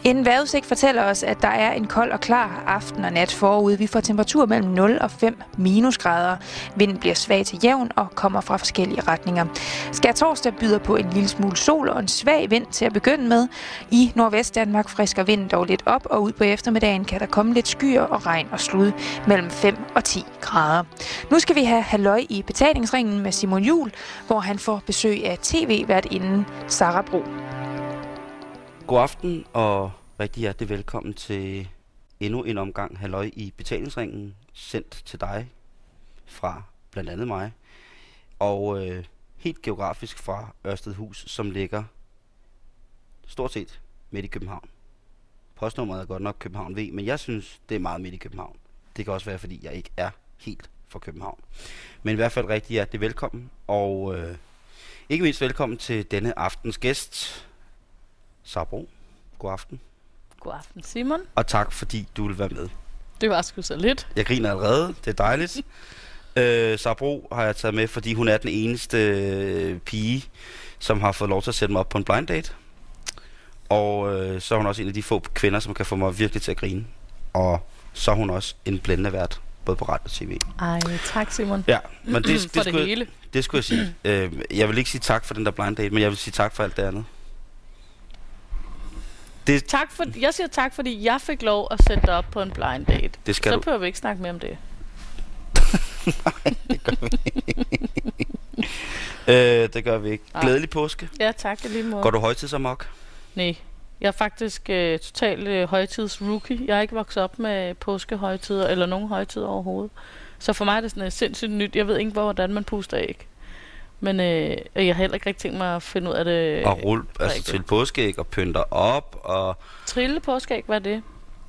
En vejrudsigt fortæller os, at der er en kold og klar aften og nat forude. Vi får temperatur mellem 0 og 5 minusgrader. Vinden bliver svag til jævn og kommer fra forskellige retninger. Skærtorsdag byder på en lille smule sol og en svag vind til at begynde med. I Nordvest-Danmark frisker vinden dog lidt op, og ud på eftermiddagen kan der komme lidt skyer og regn og slud mellem 5 og 10 grader. Nu skal vi have halløj i betalingsringen med Simon Juhl, hvor han får besøg af tv-værtinden Sarah Bro. God aften og rigtig hjertelig velkommen til endnu en omgang halløj i betalingsringen, sendt til dig fra blandt andet mig, og helt geografisk fra Ørstedhus, som ligger stort set midt i København. Postnummeret er godt nok København V, men jeg synes, det er meget midt i København. Det kan også være, fordi jeg ikke er helt fra København. Men i hvert fald rigtig hjertelig velkommen, og ikke mindst velkommen til denne aftens gæst, Sarah Bro. God aften. God aften, Simon. Og tak, fordi du vil være med. Det var sgu så lidt. Jeg griner allerede. Det er dejligt. Sarah Bro har jeg taget med, fordi hun er den eneste pige, som har fået lov til at sætte mig op på en blind date. Og så er hun også en af de få kvinder, som kan få mig virkelig til at grine. Og så er hun også en blændende vært, både på radio og tv. Ej, tak, Simon. Ja, men det skulle jeg sige. Jeg vil ikke sige tak for den der blind date, men jeg vil sige tak for alt det andet. Jeg siger tak, fordi jeg fik lov at sætte dig op på en blind date. Så behøver vi ikke snakke mere om det. Nej, det gør vi ikke. Det gør vi ikke. Glædelig påske. Ja, tak. Lige måde. Går du højtidsamok? Nej. Jeg er faktisk totalt højtidsrookie. Jeg har ikke vokset op med påskehøjtider eller nogen højtider overhovedet. Så for mig er det sådan sindssygt nyt. Jeg ved ikke, hvordan man puster æg. Men jeg har heller ikke rigtig tænkt mig at finde ud af det. Og rulle, altså til påskeæg og pynter op og... Trille påskeæg, hvad er det?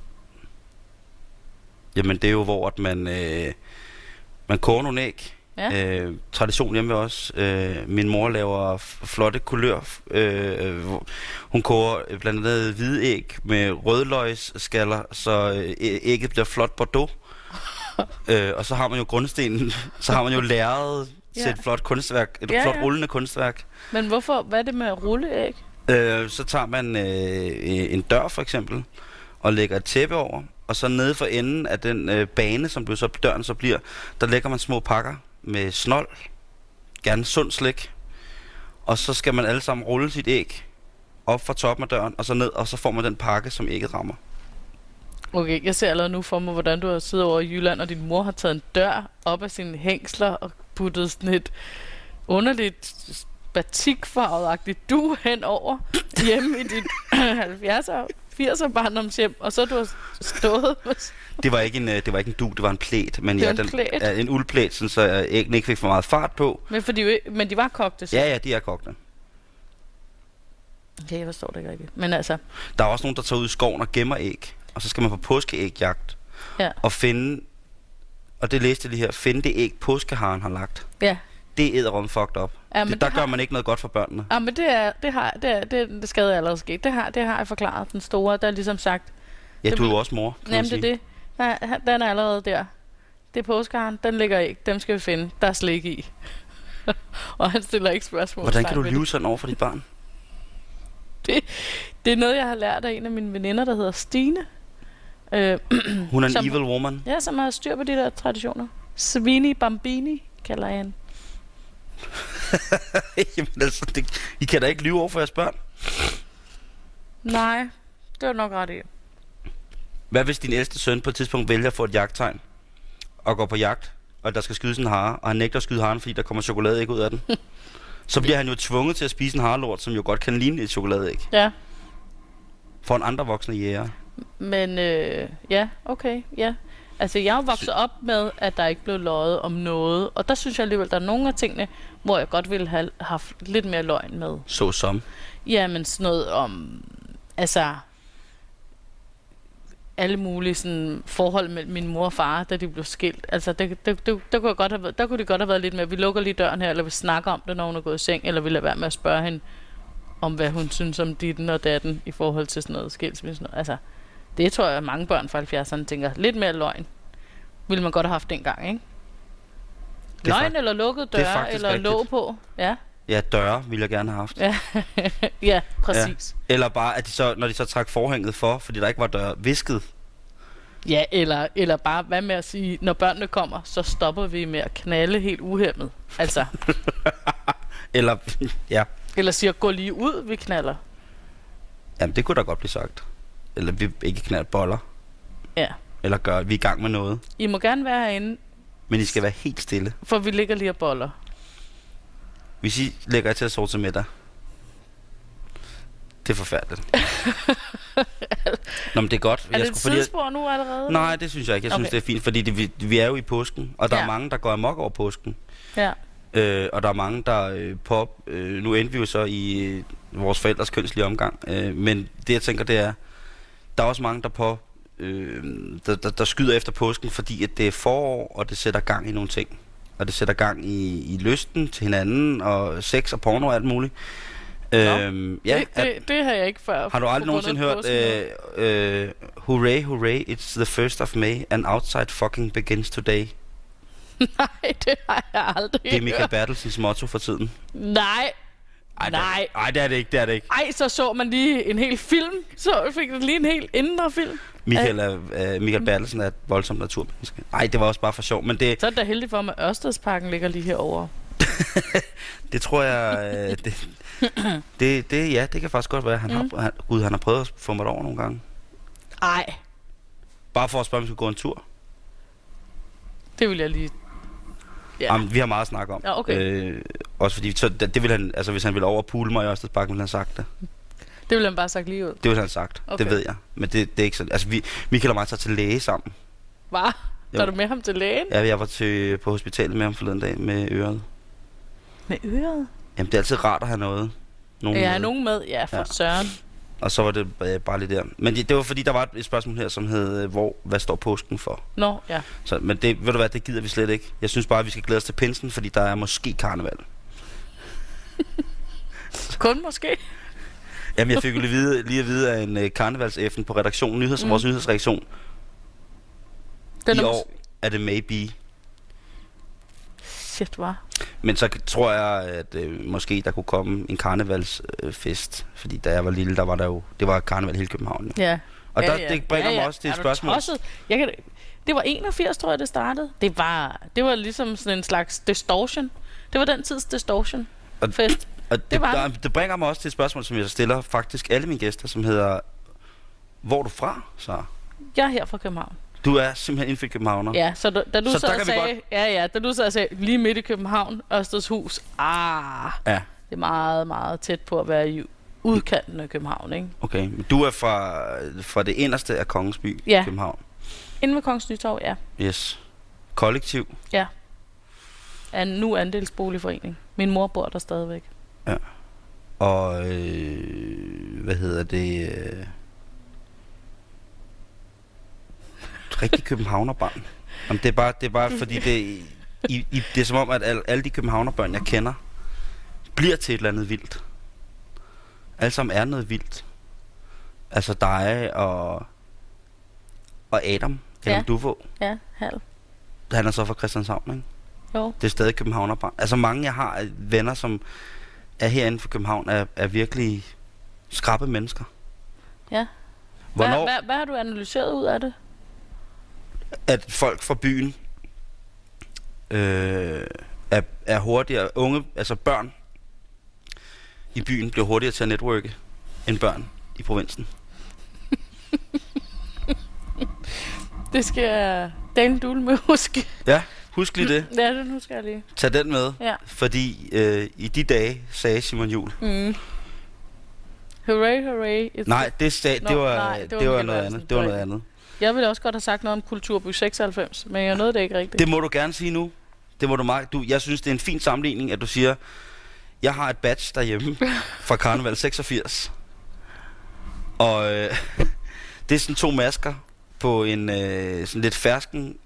Jamen det er jo, hvor at man koger nogle æg. Ja. Tradition hjemme ved os. Min mor laver flotte kulør. Hun koger blandt andet hvide æg med rødløgsskaller, så ægget bliver flot bordeaux. Og så har man jo grundstenen, så har man jo lærredet til et flot kunstværk, flot rullende kunstværk. Men hvorfor? Hvad er det med rulleæg? Så tager man en dør for eksempel, og lægger et tæppe over, og så nede for enden af den bane, som døren så bliver, der lægger man små pakker med snold, gerne sund slik, og så skal man alle sammen rulle sit æg op fra toppen af døren, og så ned, og så får man den pakke, som ægget rammer. Okay, jeg ser allerede nu for mig, hvordan du har siddet over i Jylland, og din mor har taget en dør op af sine hængsler og puttet sådan et underligt batikfarvet-agtigt du henover hjemme i dit 70'er, 80'er barndomshjem, og så du har stået med... Det var ikke en du, det var en plæt, men en uldplæt, sådan så æggene ikke fik for meget fart på. Men de var kogte, så? Ja, de er kogte. Okay, jeg forstår det ikke rigtigt. Men altså... Der er også nogen, der tager ud i skoven og gemmer æg, og så skal man på påskeægjagt og finde, og det læste jeg lige her, finde det æg, påskeharen har lagt. Ja. Det er edderom fucked up. Ja, der gør man ikke noget godt for børnene. Ja, men det skade jeg allerede sket. Det har jeg forklaret. Den store, der er ligesom sagt... Ja, du er jo også mor, kan man sige. Det. Den er allerede der. Det er påskeharen, den ligger ikke. Dem skal vi finde. Der er slik i. Og han stiller ikke spørgsmål. Hvordan kan du lyve sådan over for dit barn? Det er noget, jeg har lært af en af mine veninder, der hedder Stine. Hun er en evil woman. Ja, som har styr på de der traditioner. Svini Bambini kalder jeg hende. Jamen altså, I kan da ikke lyve over for jeres børn. Nej, det var nok ret i. Hvad hvis din ældste søn på et tidspunkt vælger at få et jagttegn og går på jagt, og der skal skydes en hare, og han nægter at skyde haren, fordi der kommer chokoladeæg ud af den? Så bliver han jo tvunget til at spise en harelort, som jo godt kan ligne et chokoladeæg. Ja. For en andre voksne jæger. Men ja, okay, ja. Altså, jeg er vokset op med, at der ikke blev løjet om noget. Og der synes jeg alligevel, der er nogle af tingene, hvor jeg godt ville have haft lidt mere løgn med. Så som? Ja, men sådan noget om... Altså... alle mulige sådan, forhold mellem min mor og far, da de blev skilt. Altså, der kunne det godt have været lidt mere, vi lukker lige døren her, eller vi snakker om det, når hun er gået i seng, eller vi lader være med at spørge hende, om hvad hun synes om ditten og datten, i forhold til sådan noget skilsmisse. Altså, det tror jeg, at mange børn fra 70'erne tænker, lidt mere løgn, ville man godt have haft dengang, ikke? Løgn eller lukket døre, eller låg på. Ja. Ja, døre ville jeg gerne have haft. Ja, ja præcis. Ja. Eller bare, at de så, når de så trak forhænget for, fordi der ikke var døre, visket. Ja, eller bare, hvad med at sige, når børnene kommer, så stopper vi med at knalde helt uhæmmet. Altså. Eller, ja. Eller siger, gå lige ud, vi knaller. Jamen, det kunne da godt blive sagt. Eller vi ikke knalder boller. Ja. Eller gør, vi er i gang med noget. I må gerne være herinde. Men I skal være helt stille. For vi ligger lige og boller. Hvis I lægger jer til at sove til middag. Det er forfærdeligt. Nå, men det er godt. Er det et sidespor nu allerede? Nej, det synes jeg ikke. Jeg synes, det er fint, fordi vi er jo i påsken. Og der er mange, der går amok over påsken. Ja. Og der er mange, der nu endte vi jo så i vores forældres kønslige omgang. Men det, jeg tænker, det er, der er også mange, der skyder efter påsken, fordi at det er forår, og det sætter gang i nogle ting. Og det sætter gang i lysten til hinanden, og sex og porno og alt muligt. Ja, det har jeg ikke før. Har du aldrig nogensinde hørt hooray, hooray, it's the 1st of May, and outside fucking begins today? Nej, det har jeg aldrig hørt. Det er Michael Bertelsens motto for tiden. Nej. Nej, det er det ikke, Ej, så man lige en hel film. Så fik du lige en helt indre film. Michael Bertelsen er et voldsomt naturmenneske. Nej, det var også bare for sjov, men det... Så er det da heldigt for, at Ørstedsparken ligger lige herovre. Det tror jeg... det kan faktisk godt være. Han har prøvet at få mig over nogle gange. Ej. Bare for at spørge, om vi skal gå en tur. Det vil jeg lige... Ja. Jamen, vi har meget at snakke om. Ja, okay. Også fordi, så det vil han, altså hvis han ville over pule mig i Ørstedsparken, ville han sagt det. Det ville han bare sagt lige ud? Det ville han sagt, okay. Det ved jeg. Men det er ikke sådan, altså Michael og mig tager til læge sammen. Hvad? Tager du med ham til lægen? Ja, jeg var på hospitalet med ham forleden dag med øret. Med øret? Jamen, det er altid rart at have noget. Nogen med, ja, for søren. Og så var det bare lidt der. Men det var fordi, der var et spørgsmål her, som hed, hvad står påsken for? Nå, ja. Så, men det, ved du hvad, det gider vi slet ikke. Jeg synes bare, at vi skal glæde os til pinsen, fordi der er måske karneval. Kun måske? Jamen, jeg fik jo lige at vide af en karnevalsæften på redaktionen, vores nyhedsredaktion. I år er det maybe. Shit, hva'? Men så tror jeg, at måske der kunne komme en karnevalsfest. Fordi da jeg var lille, der var der jo... Det var karneval i hele København. Jo. Ja. Og det bringer mig også til et spørgsmål. Det var 81, tror jeg, det startede. Det var ligesom sådan en slags distortion. Det var den tids distortion-fest. Og det bringer mig også til et spørgsmål, som jeg stiller faktisk alle mine gæster, som hedder... Hvor er du fra, så? Jeg er her fra København. Du er simpelthen indfødt københavner. Ja, så da du så sagde lige midt i København, Ørstedshus. Ja. Det er meget, meget tæt på at være i udkanten af København, ikke? Okay, men du er fra det inderste af Kongens By, København. Inden ved Kongens Nytorv, ja. Yes. Kollektiv? Ja. Nu andelsboligforening. Min mor bor der stadigvæk. Ja. Og hvad hedder det? Rigtig københavnerbarn. Jamen, det er bare fordi det er som om, at alle de københavnerbørn, jeg kender, bliver til et eller andet vildt. Alle sammen er noget vildt. Altså dig og Adam. Adam Duvå. Ja, halv. Han er så fra Christianshavn, ikke? Jo. Det er stadig københavnerbarn. Altså mange, jeg har venner, som er herinde for København, er virkelig skrappe mennesker. Ja. Hvad har du analyseret ud af det? At folk fra byen er hurtigere, unge, altså børn i byen bliver hurtigere til at networke end børn i provinsen. Det skal jeg dalen dule med huske. Ja, husk lige det. Ja, den husker jeg lige. Tag den med, fordi i de dage sagde Simon Juhl. Hooray, hooray. Nej, det var noget andet. Det var noget andet. Jeg ville også godt have sagt noget om Kulturby 96, men jeg nåede det ikke rigtigt. Det må du gerne sige nu. Det må du jeg synes, det er en fin sammenligning, at du siger, jeg har et badge derhjemme fra Karneval 86. Og det er sådan 2 masker på en sådan lidt fersken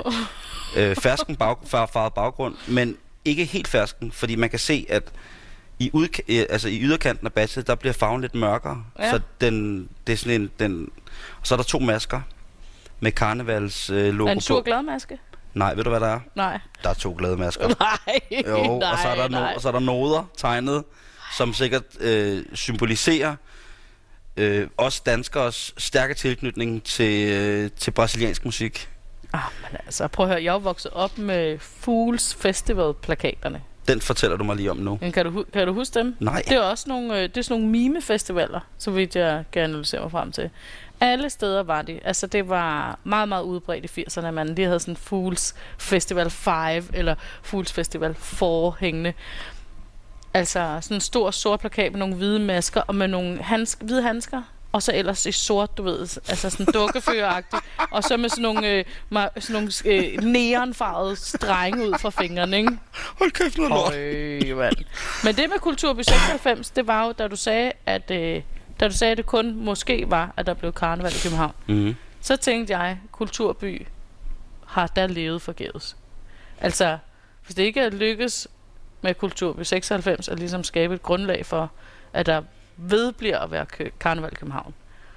farvet baggrund, men ikke helt fersken, fordi man kan se, at i yderkanten af badget, der bliver farven lidt mørkere. Ja. Så det er sådan og så er der 2 masker med karnevals logo på. En sur gladmaske? Nej, ved du hvad der er? Nej. Der er 2 glædemasker. Nej, Jo, nej, og så er der noder tegnet, som sikkert symboliserer os danskers stærke tilknytning til brasiliansk musik. Men altså, prøv at høre, jeg er vokset op med Fools Festival-plakaterne. Den fortæller du mig lige om nu. Kan du huske dem? Nej. Det er også nogle, det er sådan nogle mime-festivaler, så vidt jeg kan analysere mig frem til. Alle steder var de. Altså, det var meget, meget udbredt i 80'erne, man. De havde sådan Fools Festival 5 eller Fools Festival 4 hængende. Altså, sådan en stor sort plakat med nogle hvide masker og med nogle hvide handsker. Og så ellers i sort, du ved, altså sådan dukkeføreragtigt. Og så med sådan nogle neonfarvede strenge ud fra fingrene, ikke? Hold kæft, noget lort. Men det med Kulturby 96, det var jo, da du sagde, at det kun måske var, at der blev karneval i København. Mm-hmm. Så tænkte jeg, Kulturby har da levet forgæves. Altså, hvis det ikke er lykkes med Kulturby 96 at ligesom skabe et grundlag for, at der vedbliver at være karneval i København,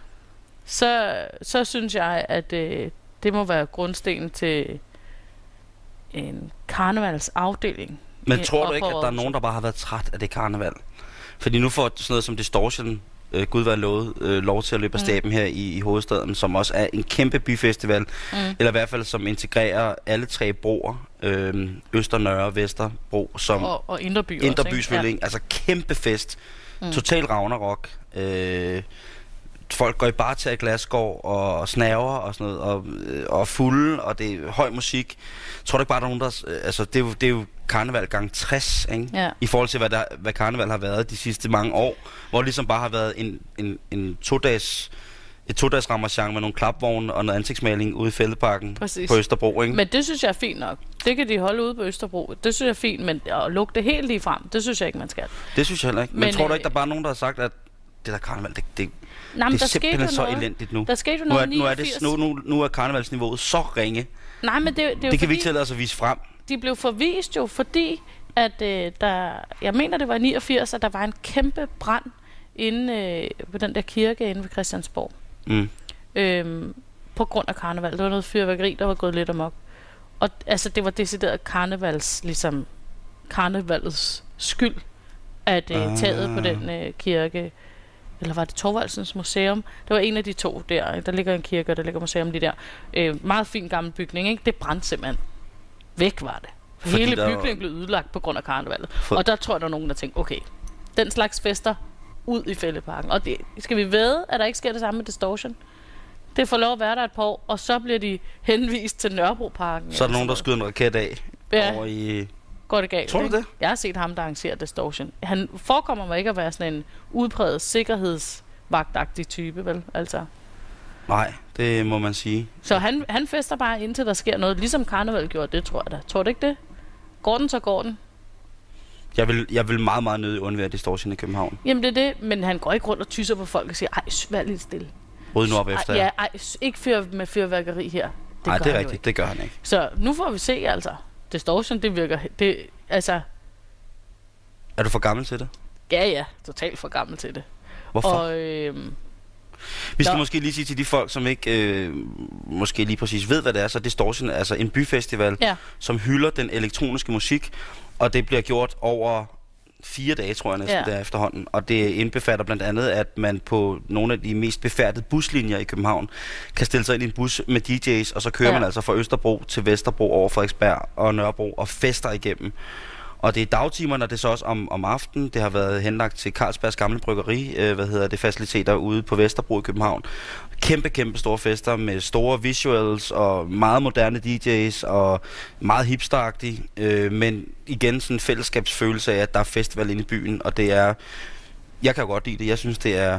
så synes jeg, at det må være grundstenen til en karnevalsafdeling. Men tror du ikke, at der er nogen, der bare har været træt af det karneval? Fordi nu får sådan noget som Distortion, Gud være lovet, lov til at løbe af staben her i hovedstaden, som også er en kæmpe byfestival, eller i hvert fald som integrerer alle 3 broer, Øster, Nørre, Vesterbro, som og Indre By selvfølgelig, ja. Altså kæmpe fest, total Ragnarok, folk går i bar til Glasgow og snaver og sådan noget, og fulde, og det er høj musik. Tror du ikke bare, der er nogen, der... Altså, det er jo karneval gang 60, ikke? Ja. I forhold til, hvad karneval har været de sidste mange år, hvor det ligesom bare har været en 2-dages ramachan med nogle klapvogne og noget ansigtsmaling ude i Fældeparken på Østerbro, ikke? Men det synes jeg er fint nok. Det kan de holde ude på Østerbro. Det synes jeg er fint, men at lukke det helt lige frem, det synes jeg ikke, man skal. Det synes jeg heller ikke. Men tror du ikke, der er bare nogen, der har sagt, at det der karneval, det er simpelthen så elendigt nu? Der skete jo noget nu er karnevalsniveauet så ringe. Nej, men det kan vi ikke tillade os at vise frem. De blev forvist jo, fordi at jeg mener, det var i 89, at der var en kæmpe brand inde på den der kirke inde ved Christiansborg. På grund af karneval. Det var noget fyrværkeri, der var gået lidt amok. Og altså, det var decideret karnevalets skyld, at taget på den kirke, eller var det Thorvaldsens Museum? Det var en af de 2 der. Der ligger en kirke, og der ligger museum lige der. Meget fin gammel bygning, ikke? Det brændte simpelthen. Væk var det. Hele bygningen blev ødelagt på grund af karnevalet. Og der tror jeg, der er nogen, der tænker, okay, den slags fester ud i Fældeparken. Og det skal vi vædde, at der ikke sker det samme med Distortion? Det får lov at være der et par år, og så bliver de henvist til Nørrebroparken. Så er der nogen, der skyder en raket af over i... Går det galt? Tror du det? Jeg har set ham, der arrangerer Distortion. Han forekommer mig ikke at være sådan en udpræget sikkerhedsvagtagtig type, vel? Altså. Nej, det må man sige. Så han fester bare indtil der sker noget, ligesom karneval gjorde det, tror jeg da. Tror du ikke det? Går den, så går den. Jeg vil meget, meget nødig undvære Distortion i København. Jamen det er det, men han går ikke rundt og tysser på folk og siger, ej, vær lidt stille. Ryd nu op efter. Ja, ikke med fyrværkeri her. Nej, det er rigtigt, det gør han ikke. Så nu får vi se, altså. Distortion, det virker... altså... Er du for gammel til det? Ja, totalt for gammel til det. Hvorfor? Og, vi skal måske lige sige til de folk, som ikke måske lige præcis ved, hvad det er, så Distortion er altså en byfestival, som hylder den elektroniske musik, og det bliver gjort over 4 dage, tror jeg næsten, der efterhånden. Og det indbefatter blandt andet, at man på nogle af de mest befærdede buslinjer i København kan stille sig ind i en bus med DJ's, og så kører man altså fra Østerbro til Vesterbro over Frederiksberg og Nørrebro og fester igennem. Og det er dagtimerne, og det er så også om aftenen. Det har været henlagt til Carlsbergs gamle bryggeri, faciliteter ude på Vesterbro i København. Kæmpe store fester med store visuals og meget moderne DJ's og meget hipsteragtigt. Men igen sådan en fællesskabsfølelse af, at der er festival inde i byen, og det er... Jeg kan jo godt lide det. Jeg synes, det er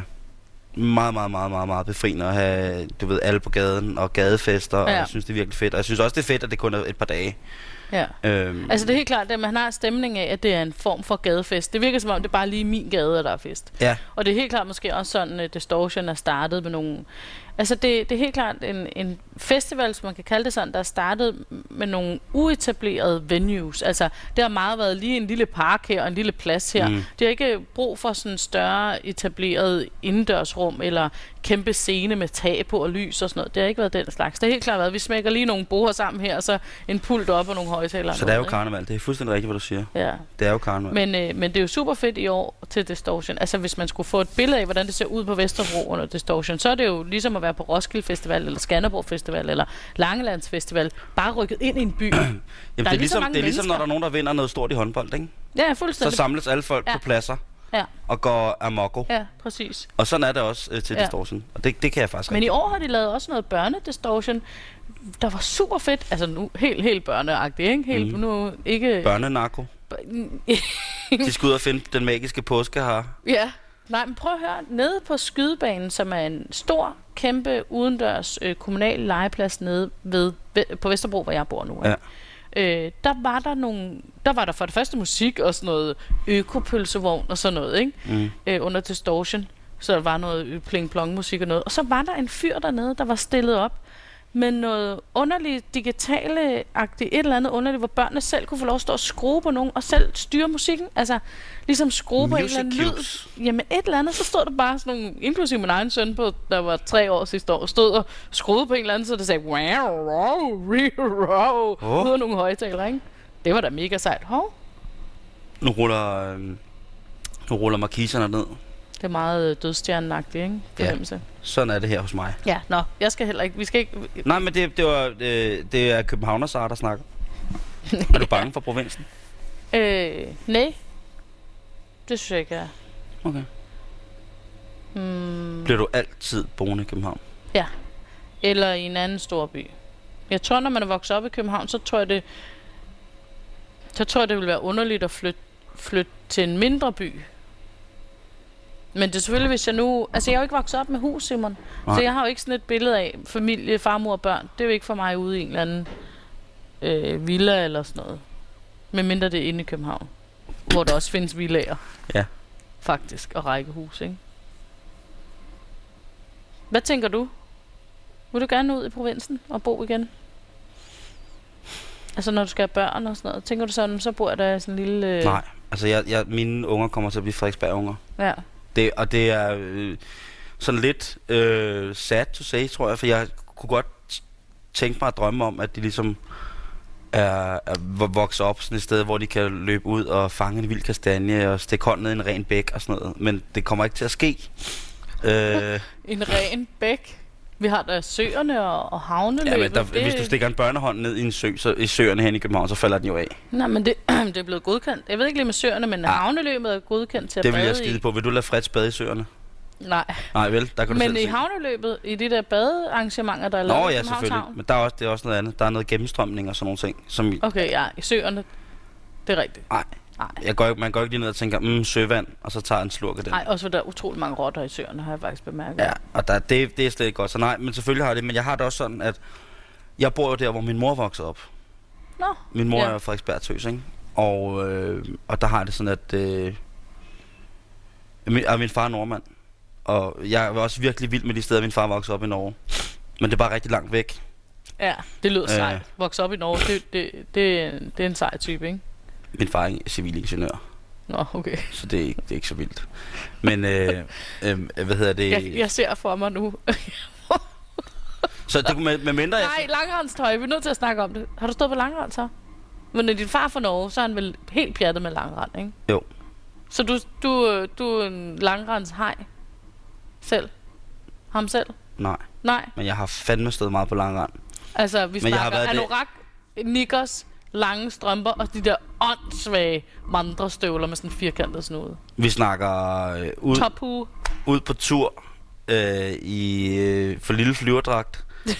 meget befriende at have, du ved, alle på gaden og gadefester, og jeg synes, det er virkelig fedt. Og jeg synes også, det er fedt, at det kun er et par dage. Ja. Altså det er helt klart, at man har stemning af, at det er en form for gadefest. Det virker som om, det er bare lige min gade, der er fest. Ja. Og det er helt klart måske også sådan, at Distortion er startet med nogle... Altså det er helt klart en festival, som man kan kalde det sådan, der er startet med nogle uetablerede venues. Altså det har meget været lige en lille park her og en lille plads her. Det har ikke brug for sådan en større etableret indendørsrum eller kæmpe scene med tag på og lys og sådan noget. Det har ikke været den slags. Det har helt klart været, vi smækker lige nogle borde sammen her, og så en pult op og nogle højtalere. Så det er jo karneval. Det er fuldstændig rigtigt, hvad du siger. Ja. Det er jo karneval. Men det er jo super fedt i år til Distortion. Altså hvis man skulle få et billede af, hvordan det ser ud på Vesterbro under Distortion, så er det jo ligesom at være på Roskilde Festival, eller Skanderborg Festival, eller Langelands Festival. Bare rykket ind i en by. Jamen, det er ligesom, når der er nogen, der vinder noget stort i håndbold, ikke? Ja, fuldstændig. Så samles alle folk på pladser. Ja. Og går amok. Ja, præcis. Og sådan er det også til Distortion. Og det kan jeg faktisk Men i år har de lavet også noget børnedistortion, der var super fedt. Altså nu helt børneagtigt, ikke? Helt nu ikke børnenarko. De skal ud og finde den magiske påske her. Ja. Nej, men prøv at høre. Nede på skydebanen, som er en stor, kæmpe udendørs kommunal legeplads nede på Vesterbro, hvor jeg bor nu. Ja. Der var der for det første musik og sådan noget økopølsevogn og sådan noget, ikke? Under Distortion. Så der var noget pling-plong musik og noget. Og så var der en fyr dernede, der var stillet op med noget underligt digitale-agtigt, et eller andet underligt, hvor børnene selv kunne få lov at stå og skrue på nogen og selv styre musikken. Altså ligesom skrue på en eller anden lyd. Jamen et eller andet, så stod der bare sådan nogle, inklusive min egen søn på, der var 3 år sidste år, stod og skruede på en eller anden, så det sagde ud af nogle højtalere, ikke? Det var da mega sejt. Nu ruller markiserne ned. Det er meget dødstjerneagtigt, ikke? Fornemmelse. Ja, sådan er det her hos mig. Ja, jeg skal heller ikke, vi skal ikke... Nej, men det er københavnersar, der snakker. Er du bange for provinsen? Nej. Det synes jeg ikke, jeg er. Okay. Bliver du altid boende i København? Ja. Eller i en anden stor by. Jeg tror, når man er vokset op i København, så tror jeg, det vil være underligt at flytte til en mindre by. Men det er selvfølgelig, hvis jeg nu... Altså, jeg er jo ikke vokset op med hus, Simon. Nej. Så jeg har jo ikke sådan et billede af familie, farmor og børn. Det er jo ikke for mig ude i en eller anden villa eller sådan noget. Medmindre det er inde i København. Hvor der også findes villager. Ja. Faktisk. Og rækkehus, ikke? Hvad tænker du? Vil du gerne ud i provinsen og bo igen? Altså, når du skal have børn og sådan noget. Tænker du sådan, så bor der sådan en lille... Nej. Altså, mine unger kommer til at blive Frederiksberg-unger. Ja. Det er sådan lidt sad to say, tror jeg, for jeg kunne godt tænke mig at drømme om, at de ligesom er vokset op sådan et sted, hvor de kan løbe ud og fange en vild kastanje og stikke hånden ned i en ren bæk og sådan noget. Men det kommer ikke til at ske. En ren bæk? Vi har da søerne og havneløbet. Ja, men hvis du stikker en børnehånd ned i en sø, så i søerne her i København, så falder den jo af. Nej, men det er blevet godkendt. Jeg ved ikke lige med søerne, men havneløbet er godkendt til at bade i. Det vil jeg skide på. Vil du lade Freds bade i søerne? Nej. Nej, vel? Der kan du men i havneløbet, i de der badearrangementer, der er lavet i ja, selvfølgelig. Men det er også noget andet. Der er noget gennemstrømning og sådan nogle ting. Som okay, ja. I søerne. Det er rigtigt. Nej. Man går ikke lige ned og tænker, søvand, og så tager en slurk af den. Nej, også for der er utrolig mange rotter i søerne, har jeg faktisk bemærket. Ja, og det er slet ikke godt. Så nej, men selvfølgelig har jeg det. Men jeg har det også sådan, at jeg bor jo der, hvor min mor voksede op. Nå. Min mor er Frederiksberg Tøs, ikke? Og der har det sådan, at min far er nordmand. Og jeg var også virkelig vild med de steder, min far voksede op i Norge. Men det er bare rigtig langt væk. Ja, det lyder sejt. Vokse op i Norge, det er en sej type, ikke? Min far er civilingeniør. Nå, okay. Så det er ikke så vildt. Men, hvad hedder det? Jeg ser for mig nu. Så det med mindre... Nej, langrendstøj. Vi er nødt til at snakke om det. Har du stået på langrend så? Men når din far fra Norge, så er han vel helt pjattet med langrend, ikke? Jo. Så du er en langrendshej? Selv? Ham selv? Nej. Men jeg har fandme stået meget på langrend. Altså, vi snakker anorak, knickers, lange strømper og de der åndssvage vandrestøvler med sådan en firkantet snude. Vi snakker ud på tur for lille flyverdragt.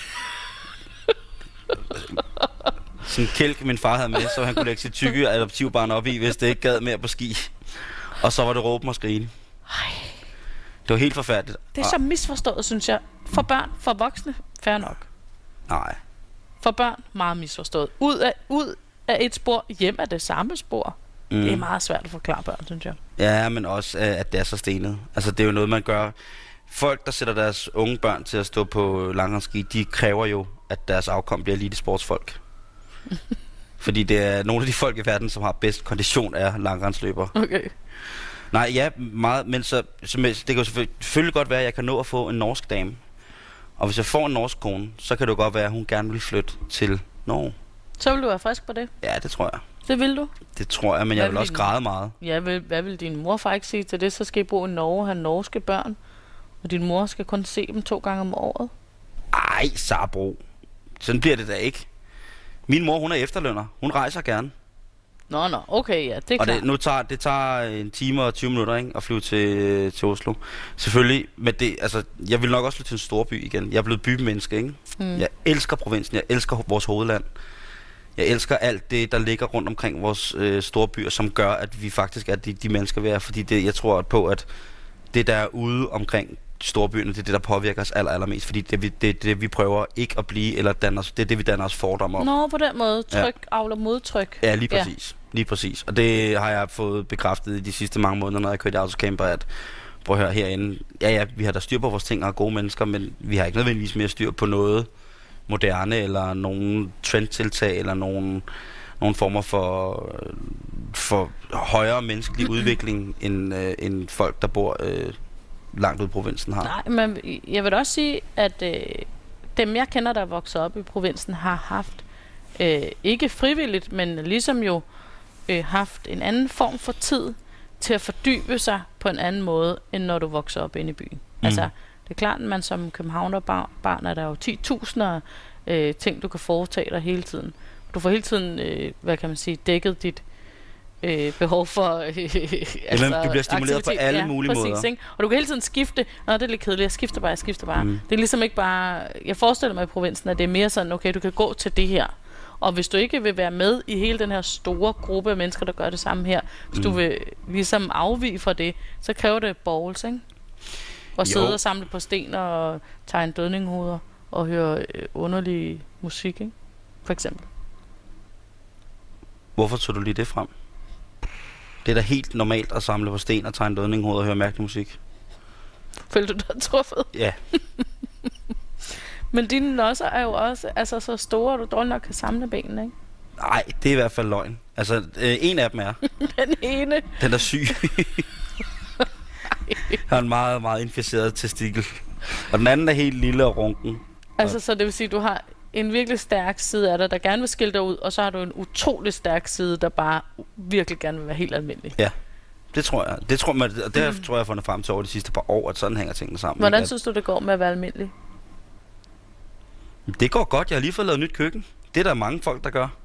Sådan en kælk, min far havde med, så han kunne lægge sit tykke adoptivbarn op i, hvis det ikke gad mere på ski. Og så var det råben og skrigen. Det var helt forfærdeligt. Det er så misforstået, synes jeg. For børn, for voksne, fair nok. Nej. For børn, meget misforstået. Ud af et spor, hjem af det samme spor. Det er meget svært at forklare børn, synes jeg. Ja, men også, at det er så stenet. Altså, det er jo noget, man gør folk, der sætter deres unge børn til at stå på langrendski, de kræver jo, at deres afkom bliver elitesportsfolk. Fordi det er nogle af de folk i verden, som har bedst kondition af langrendsløbere. Okay. Nej, ja, meget, men det kan jo selvfølgelig godt være, at jeg kan nå at få en norsk dame. Og hvis jeg får en norsk kone, så kan det jo godt være, at hun gerne vil flytte til Norge. Så vil du være frisk på det? Ja, det tror jeg. Det vil du? Det tror jeg, men jeg vil også græde meget. Ja, hvad vil din morfar ikke sige til det? Så skal I bo i Norge og have norske børn. Og din mor skal kun se dem 2 gange om året. Ej, Sabro. Sådan bliver det da ikke. Min mor, hun er efterlønner. Hun rejser gerne. Nå, okay, ja, det er klart. Og det tager 1 time og 20 minutter, ikke, at flyve til Oslo. Selvfølgelig, men det, altså, jeg vil nok også flytte til en storby igen. Jeg er blevet bymenneske, ikke? Jeg elsker provinsen, jeg elsker vores hovedland. Jeg elsker alt det, der ligger rundt omkring vores store byer, som gør, at vi faktisk er de mennesker, vi er. Fordi jeg tror på, at det, der er ude omkring storbyerne, det er det, der påvirker os allermest. Fordi det vi prøver ikke at blive, eller det er det, vi danner os fordomme om. Nå, på den måde. Tryk avler modtryk. Ja, lige præcis. Ja. Lige præcis. Og det har jeg fået bekræftet i de sidste mange måneder, når jeg kørte i autocamper, at prøv at høre herinde. Ja, vi har da styr på vores ting og er gode mennesker, men vi har ikke nødvendigvis mere styr på noget moderne, eller nogen trendtiltag, eller nogen former for højere menneskelig udvikling, end folk, der bor langt ude i provinsen har. Nej, men jeg vil også sige, at dem jeg kender, der er vokset op i provinsen, har haft, ikke frivilligt, men ligesom jo haft en anden form for tid til at fordybe sig på en anden måde, end når du vokser op inde i byen. Altså, det er klart, at man som københavnerbarn er der jo 10.000 ting, du kan foretage dig hele tiden. Du får hele tiden, hvad kan man sige, dækket dit behov for altså, du bliver stimuleret på alle mulige måder. Ikke? Og du kan hele tiden skifte. Nå, det er lidt kedeligt. Jeg skifter bare. Det er ligesom ikke bare... Jeg forestiller mig i provinsen, at det er mere sådan, okay, du kan gå til det her. Og hvis du ikke vil være med i hele den her store gruppe af mennesker, der gør det samme her, hvis du vil ligesom afvige fra det, så kræver det balls, ikke? Og sidde og samle på sten og tegne dødninghoveder og høre underlig musik, ikke? For eksempel. Hvorfor tog du lige det frem? Det er da helt normalt at samle på sten og tegne dødninghoveder og høre mærkelig musik. Følte du dig truffet? Ja. Men dine losser er jo også altså, så store, at du dårligt nok kan samle benene, ikke? Nej, det er i hvert fald løgn. Altså, en af dem er. Den ene. Den er syg. Har en meget, meget inficeret testikel. Og den anden er helt lille og runken. Altså, så det vil sige, at du har en virkelig stærk side af dig, der gerne vil skille dig ud, og så har du en utrolig stærk side, der bare virkelig gerne vil være helt almindelig. Ja, det tror jeg. Det tror jeg har fundet frem til over de sidste par år, at sådan hænger tingene sammen. Hvordan synes du, det går med at være almindelig? Det går godt. Jeg har lige fået lavet nyt køkken. Det er der mange folk, der gør.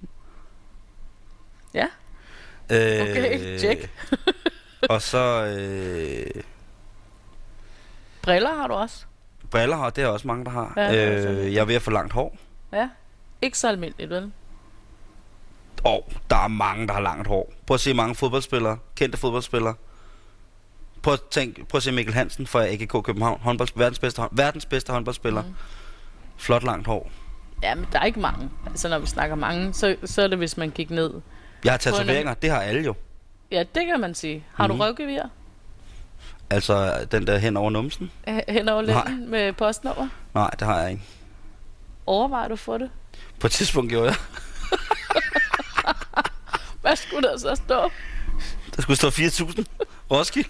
Ja. Okay, check. Og så... Briller har du også? Briller har, det er også mange, der har. Ja, jeg er ved at få langt hår. Ja, ikke så almindeligt, vel? Der er mange, der har langt hår. Prøv at se mange fodboldspillere, kendte fodboldspillere. Prøv at se Mikkel Hansen fra AGK København, verdens bedste håndboldspiller. Flot langt hår. Ja, men der er ikke mange. Altså når vi snakker mange, så er det hvis man gik ned. Jeg har tatoveringer, det har alle jo. Ja, det kan man sige. Har du røvgevir? Altså den der hen over numsen? Hen over lænden med postnummer? Nej, det har jeg ikke. Overvejer du for det? På et tidspunkt gjorde jeg. Hvad skulle der så stå? Der skulle stå 4.000. Roskilde.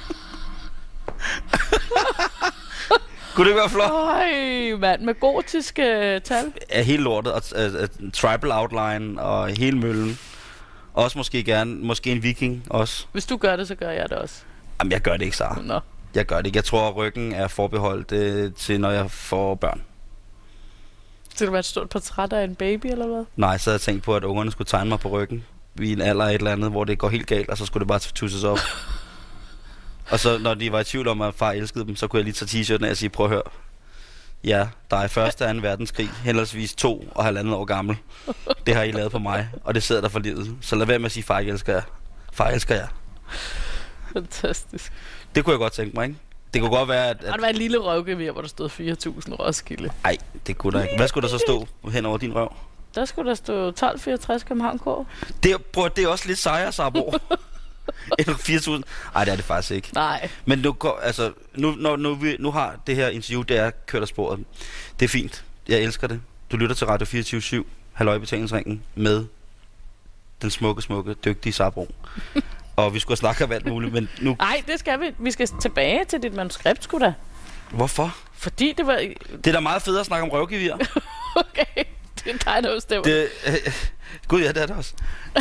Kunne det ikke være flot? Øj, mand, med gotiske tal. Ja, hele lortet, og tribal outline, og hele møllen. Også måske en viking også. Hvis du gør det, så gør jeg det også. Jamen, jeg gør det ikke, Sara. Nå. Jeg gør det ikke. Jeg tror, at ryggen er forbeholdt til, når jeg får børn. Skal det være et stort portræt af en baby, eller hvad? Nej, så havde jeg tænkt på, at ungerne skulle tegne mig på ryggen. I en alder et eller andet, hvor det går helt galt, og så skulle det bare tusses op. Og så, når de var i tvivl om, at far elskede dem, så kunne jeg lige tage t-shirten af og sige, prøv at høre. Ja, der er 1. og 2. verdenskrig, henholdsvis 2 og 1,5 år gammel. Det har I lavet på mig, og det sidder der for livet. Så lad være med at sige, far, jeg elsker jer. Far, jeg elsker jer. Fantastisk. Det kunne jeg godt tænke mig, ikke? Det kunne godt være, at... Har der været et lille røvgevir, hvor der stod 4.000 Roskilde? Nej, det kunne der ikke. Hvad skulle der så stå hen over din røv? Der skulle der stå 1264 København K. Det er også lidt sejre, Sarbo. 4.000? Nej, det er det faktisk ikke. Nej. Men nu har det her interview, det er kørt af sporet. Det er fint. Jeg elsker det. Du lytter til Radio 24/7, Halløj i Betalingsringen, med den smukke, dygtige Sabro. Og vi skulle snakke om alt muligt, men nu... Nej, det skal vi. Vi skal tilbage til dit manuskript, sgu da. Hvorfor? Fordi det var... Det er da meget federe at snakke om røvgevir. Okay, det er dig, der bestemmer. Gud, ja, det er det også.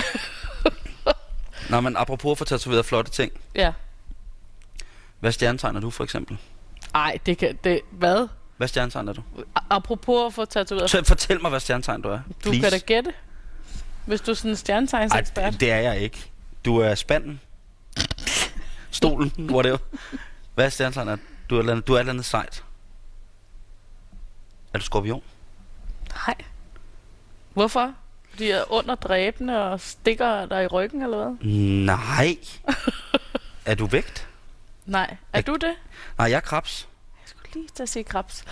Nå, men apropos at få tatoveret flotte ting. Ja. Hvad stjernetegner du, for eksempel? Ej, hvad? Hvad stjernetegner du? Apropos at få tatoveret... Fortæl mig, hvad stjernetegn du er. Du kan da gætte, hvis du er sådan en stjernetegnsekspert. Nej, det er jeg ikke. Du er spanden. Stolen, whatever. Hvad er stjernetegn er? Du er et eller andet sejt. Er du skorpion? Nej. Hvorfor? Fordi jeg er under dræbende og stikker dig i ryggen, eller hvad? Nej. Er du vægt? Nej. Er du det? Nej, jeg er krebs. Jeg skulle lige til at sige krebs.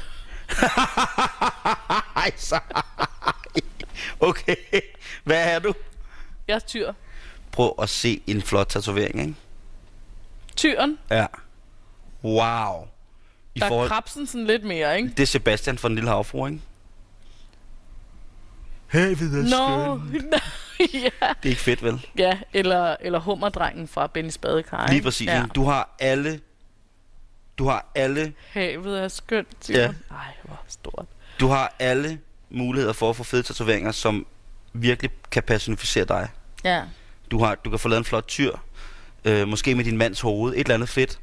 Ej, så. Okay. Hvad er du? Jeg er tyr. Prøv at se en flot tatovering, ikke? Tyren? Ja. Wow. Der er krebsen sådan lidt mere, ikke? Det er Sebastian fra Den Lille Havfrue, ikke? Havet er skøn. Ja. Det er ikke fedt, vel? Ja, eller hummerdrengen fra Bennys Badekar. Lige præcis. Ja. Du har alle... Havet er skønt, Simon. Ja. Ej, hvor stort. Du har alle muligheder for at få fede tatoveringer, som virkelig kan personificere dig. Ja. Du kan få lavet en flot tyr. Måske med din mands hoved. Et eller andet fedt.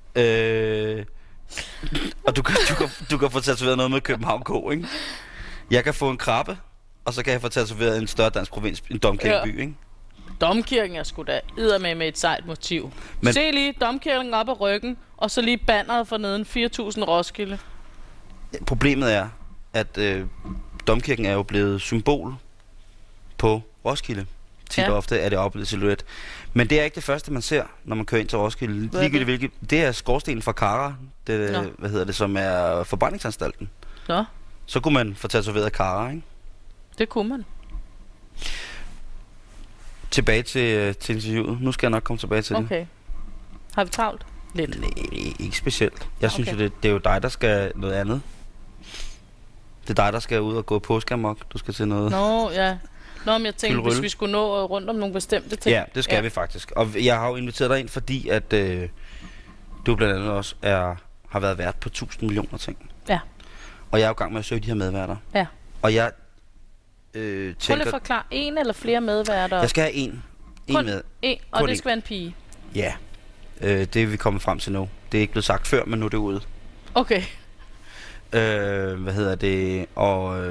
Og du kan få tatoveret noget med København K, ikke? Jeg kan få en krabbe, og så kan jeg få tatoveret en større dansk provins, en domkirkeby, ikke? Domkirken er sgu da eddermame med et sejt motiv. Men se lige domkirken op ad ryggen, og så lige banneret for neden 4.000 Roskilde. Problemet er, at domkirken er jo blevet symbol på Roskilde. Tit og ofte er det oplevet silhuet. Men det er ikke det første, man ser, når man kører ind til Roskilde. Det er skorstenen fra Kara, som er forbrændingsanstalten. Nå. Så kunne man få tatoveret Kara, ikke? Det kunne man. Tilbage til interviewet. Nu skal jeg nok komme tilbage til det. Okay. Har vi travlt? Lidt. Nej, ikke specielt. Jeg synes jo, det er jo dig, der skal noget andet. Det er dig, der skal ud og gå påskeamok. Du skal til noget... Nå, ja. Nå, men jeg tænkte, hvis vi skulle nå rundt om nogle bestemte ting. Ja, det skal vi faktisk. Og jeg har jo inviteret dig ind, fordi at du blandt andet også har været vært på 1000 millioner ting. Ja. Og jeg er jo i gang med at søge de her medværter. Ja. Og jeg tænker... Prøv lige at forklare, en eller flere medværter? Jeg skal have en med. Og det skal være en pige? Ja. Det er vi kommet frem til nu. Det er ikke blevet sagt før, men nu er det ude. Okay. Og...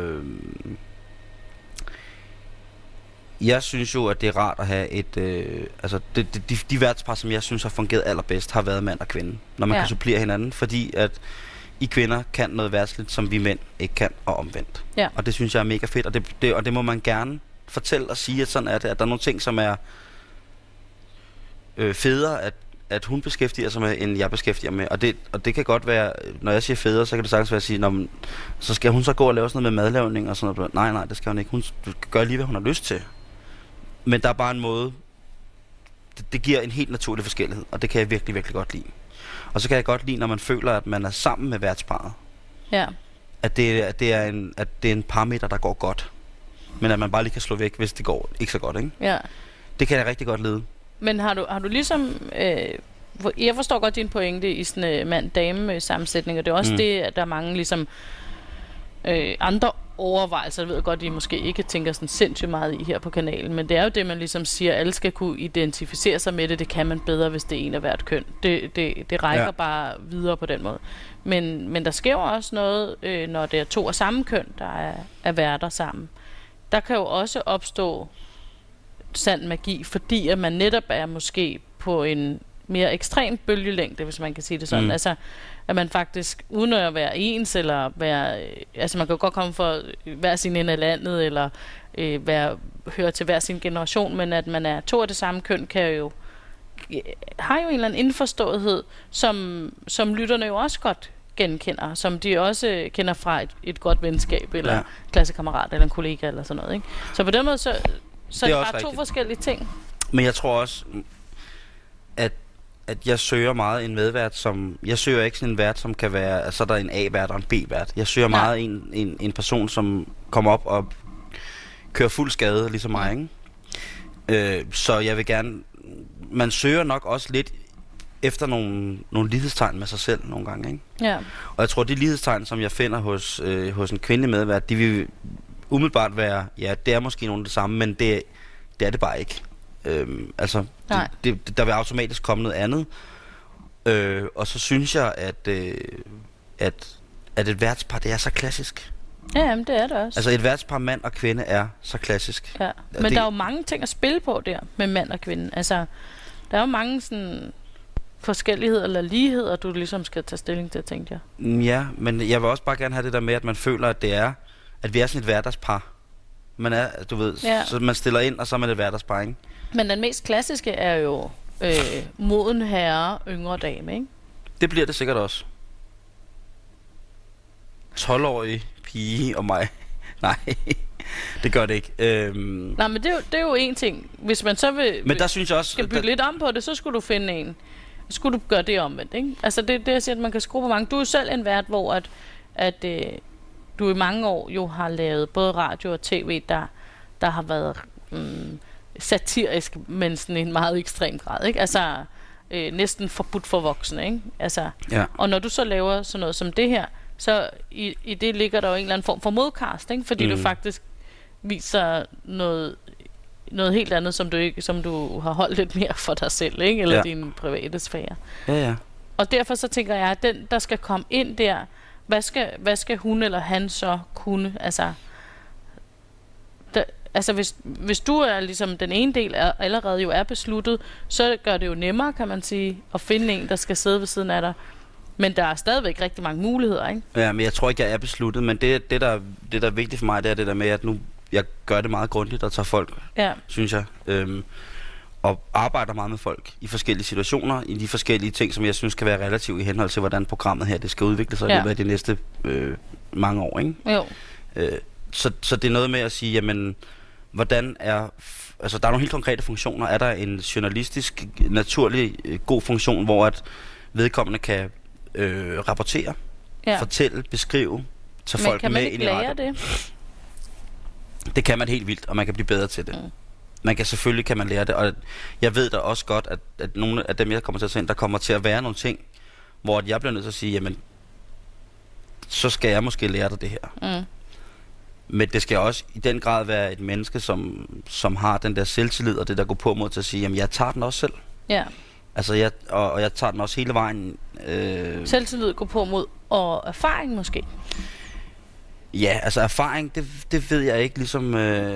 Jeg synes jo, at det er rart at have et... de værtspar, som jeg synes har fungeret allerbedst, har været mand og kvinde. Når man kan supplere hinanden, fordi at I kvinder kan noget værtsligt, som vi mænd ikke kan, og omvendt. Ja. Og det synes jeg er mega fedt, og det må man gerne fortælle og sige, at sådan er det. At der er nogle ting, som er federe, at hun beskæftiger sig med, end jeg beskæftiger med. Og det kan godt være, når jeg siger federe, så kan det sagtens være at sige, så skal hun så gå og lave sådan noget med madlavning og sådan noget. Nej, det skal hun ikke. Hun gør lige, hvad hun har lyst til. Men der er bare en måde, det giver en helt naturlig forskellighed, og det kan jeg virkelig, virkelig godt lide. Og så kan jeg godt lide, når man føler, at man er sammen med værtsparret. Ja. At det er en parameter, der går godt. Men at man bare lige kan slå væk, hvis det går ikke så godt, ikke? Ja. Det kan jeg rigtig godt lide. Men har du ligesom... jeg forstår godt din pointe i sådan mand-dame sammensætning, og det er også det, at der er mange ligesom andre overvejelser. Jeg ved godt, at I måske ikke tænker sådan sindssygt meget i her på kanalen, men det er jo det, man ligesom siger, at alle skal kunne identificere sig med det. Det kan man bedre, hvis det er en af hvert køn. Det rækker bare videre på den måde. Men der sker jo også noget, når det er to af samme køn, der er værter sammen. Der kan jo også opstå sand magi, fordi at man netop er måske på en mere ekstrem bølgelængde, hvis man kan sige det sådan. Altså, at man faktisk, uden at være ens, eller være... Altså, man kan jo godt komme for hver sin ende af landet, eller høre til hver sin generation, men at man er to af det samme køn, har jo en eller anden indforståethed, som lytterne jo også godt genkender, som de også kender fra et godt venskab, eller klassekammerat, eller en kollega, eller sådan noget, ikke? Så på den måde, så er det bare to forskellige ting. Men jeg tror også, at jeg søger meget en medvært, som... Jeg søger ikke sådan en vært, som kan være... Altså, der er en A-vært og en B-vært. Jeg søger meget en person, som kommer op og kører fuld skade, ligesom mig, ikke? Så jeg vil gerne... Man søger nok også lidt efter nogle lighedstegn med sig selv nogle gange, ikke? Ja. Og jeg tror, de lighedstegn, som jeg finder hos en kvindelig medvært, de vil umiddelbart være... Ja, det er måske nogle af det samme, men det er det bare ikke. Der vil automatisk komme noget andet. Og så synes jeg, at et værtspar, det er så klassisk. Ja, jamen, det er det også. Altså et værtspar mand og kvinde er så klassisk. Ja. Men der er jo mange ting at spille på der med mand og kvinde. Altså, der er jo mange sådan forskelligheder eller ligheder, du ligesom skal tage stilling til, tænkte jeg. Ja, men jeg vil også bare gerne have det der med, at man føler, at vi er sådan et hverdagspar. Man er, du ved, så man stiller ind, og så er man et hverdagspar, ikke? Men den mest klassiske er jo moden herre, yngre dame, ikke? Det bliver det sikkert også. 12-årig pige og mig. Nej, det gør det ikke. Nej, men det er jo en ting. Hvis man så men der synes jeg også, skal bygge lidt om på det, så skulle du finde en. Så skulle du gøre det omvendt, ikke? Altså det jeg siger, at man kan skrue på mange. Du er jo selv en vært, hvor at du i mange år jo har lavet både radio og tv, der har været satirisk, men sådan i en meget ekstrem grad, ikke? Altså næsten forbudt for voksne, ikke? Altså, ja. Og når du så laver sådan noget som det her, så i det ligger der jo en eller anden form for modcast, ikke? Fordi du faktisk viser noget helt andet, som du har holdt lidt mere for dig selv, ikke? Eller din private sfære. Ja. Og derfor så tænker jeg, at den, der skal komme ind der, hvad skal hun eller han så kunne? Altså hvis du er ligesom den ene del allerede jo er besluttet, så gør det jo nemmere, kan man sige, at finde en, der skal sidde ved siden af dig. Men der er stadigvæk rigtig mange muligheder, ikke? Ja, men jeg tror ikke, jeg er besluttet. Men det der er vigtigt for mig, det er det der med, at nu jeg gør det meget grundigt og tager folk, synes jeg. Og arbejder meget med folk i forskellige situationer, i de forskellige ting, som jeg synes kan være relativt i henhold til, hvordan programmet her det skal udvikle sig i løbet af de næste mange år, ikke? Jo. Så det er noget med at sige, jamen, hvordan er... Altså, der er nogle helt konkrete funktioner. Er der en journalistisk, naturlig, god funktion, hvor at vedkommende kan rapportere, fortælle, beskrive, tage folk med ind i radio? Men kan man ikke lære det? Det kan man helt vildt, og man kan blive bedre til det. Selvfølgelig kan man lære det, og jeg ved da også godt, at nogle af dem, jeg kommer til at se ind, der kommer til at være nogle ting, hvor jeg bliver nødt til at sige, jamen, så skal jeg måske lære dig det her. Men det skal også i den grad være et menneske, som har den der selvtillid, og det der går på mod til at sige, jamen, jeg tager den også selv. Ja. Altså, jeg tager den også hele vejen. Selvtillid går på mod, og erfaring måske? Ja, altså erfaring, det ved jeg ikke, ligesom...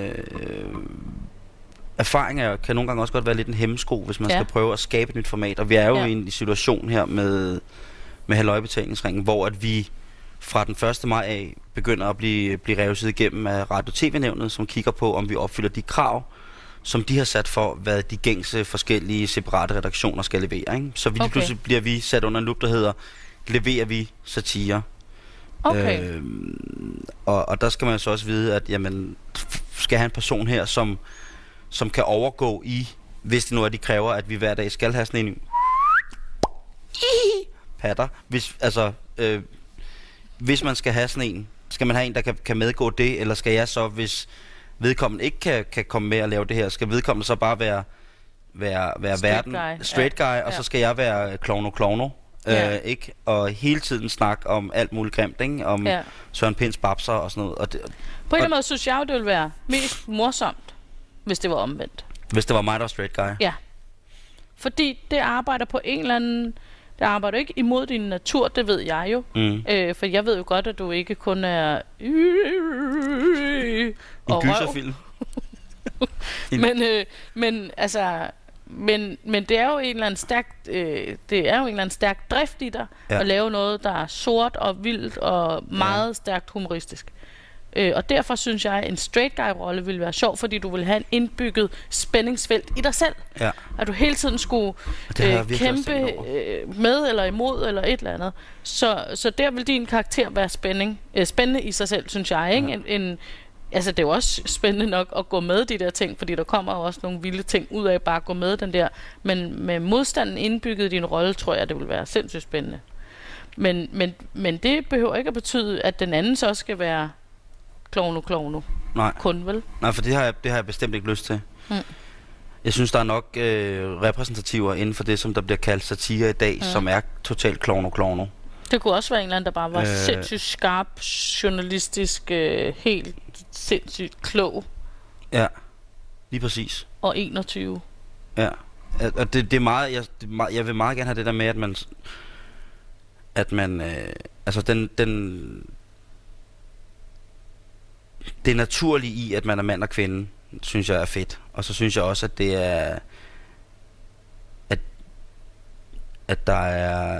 Erfaring kan nogle gange også godt være lidt en hæmmesko, hvis man skal prøve at skabe et nyt format. Og vi er jo i en situation her med Halløj-betalingsringen, hvor at vi fra den 1. maj af begynder at blive revset igennem af Radio-TV-nævnet, som kigger på, om vi opfylder de krav, som de har sat for, hvad de gængse forskellige separate redaktioner skal levere. Ikke? Så lige pludselig bliver vi sat under en lup, der hedder, leverer vi satire? Okay. Og der skal man så også vide, at jamen, skal have en person her, som kan overgå i, hvis det nu er, de kræver, at vi hver dag skal have sådan en patter. Hvis man skal have sådan en, skal man have en, der kan medgå det, eller skal jeg så, hvis vedkommende ikke kan komme med at lave det her, skal vedkommende så bare være straight guy, og så skal jeg være klovno, ikke? Og hele tiden snakke om alt muligt grimt, ikke? Om Søren Pinds babser og sådan noget. På en eller anden måde synes jeg jo, det ville være mest morsomt, hvis det var omvendt. Hvis det var mig, der var straight guy? Ja. Fordi det arbejder på en eller anden... Det arbejder ikke imod din natur, det ved jeg jo. For jeg ved jo godt, at du ikke kun er... En gyserfilm. Men det er jo en eller anden stærk drift i dig at lave noget, der er sort og vildt og meget stærkt humoristisk. Og derfor synes jeg, at en straight guy-rolle ville være sjov, fordi du vil have en indbygget spændingsfelt i dig selv. Ja. At du hele tiden skulle kæmpe med eller imod eller et eller andet. Så der vil din karakter være spændende i sig selv, synes jeg. Ikke? altså det er jo også spændende nok at gå med de der ting, fordi der kommer jo også nogle vilde ting ud af bare at gå med den der. Men med modstanden indbygget i din rolle, tror jeg, det vil være sindssygt spændende. Men det behøver ikke at betyde, at den anden så skal være klovno. Nej. Kun vel? Nej, for det har jeg bestemt ikke lyst til. Jeg synes, der er nok repræsentativer inden for det, som der bliver kaldt satire i dag, som er totalt klovno. Det kunne også være en eller anden, der bare var sindssygt skarp, journalistisk, helt sindssygt klog. Ja, lige præcis. Og 21. Ja, og det er meget, jeg vil meget gerne have det der med, at man altså det naturlige i, at man er mand og kvinde, synes jeg er fedt. Og så synes jeg også, at det er, at der er,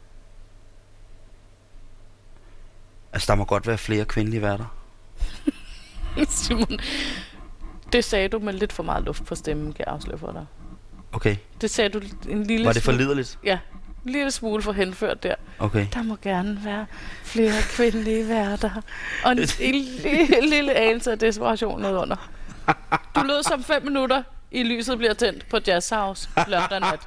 altså der må godt være flere kvindelige værter. Simon, det sagde du med lidt for meget luft på stemmen, kan jeg afsløre for dig. Okay. Det sagde du en lille Var det for liderligt? Ja, en lille smule for henført der. Okay. Der må gerne være flere kvindelige værter. Og en lille anelse af desperation nedunder. Du lød som 5 minutter i lyset bliver tændt på Jazz House lørdag nat.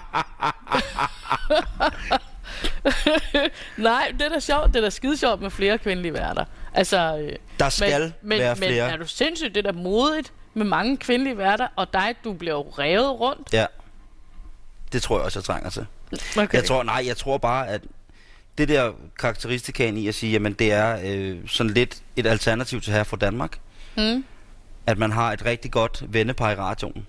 Nej, det er da sjovt. Det er da skide sjovt med flere kvindelige værter. Altså, der skal være flere. Men er du sindssygt, det er da modigt med mange kvindelige værter, og dig, du bliver jo revet rundt. Ja, det tror jeg også, jeg trænger til. Okay. Jeg tror bare, at det der karakteristikaen i at sige, jamen det er sådan lidt et alternativ til her fra Danmark. At man har et rigtig godt vennepar i radioen,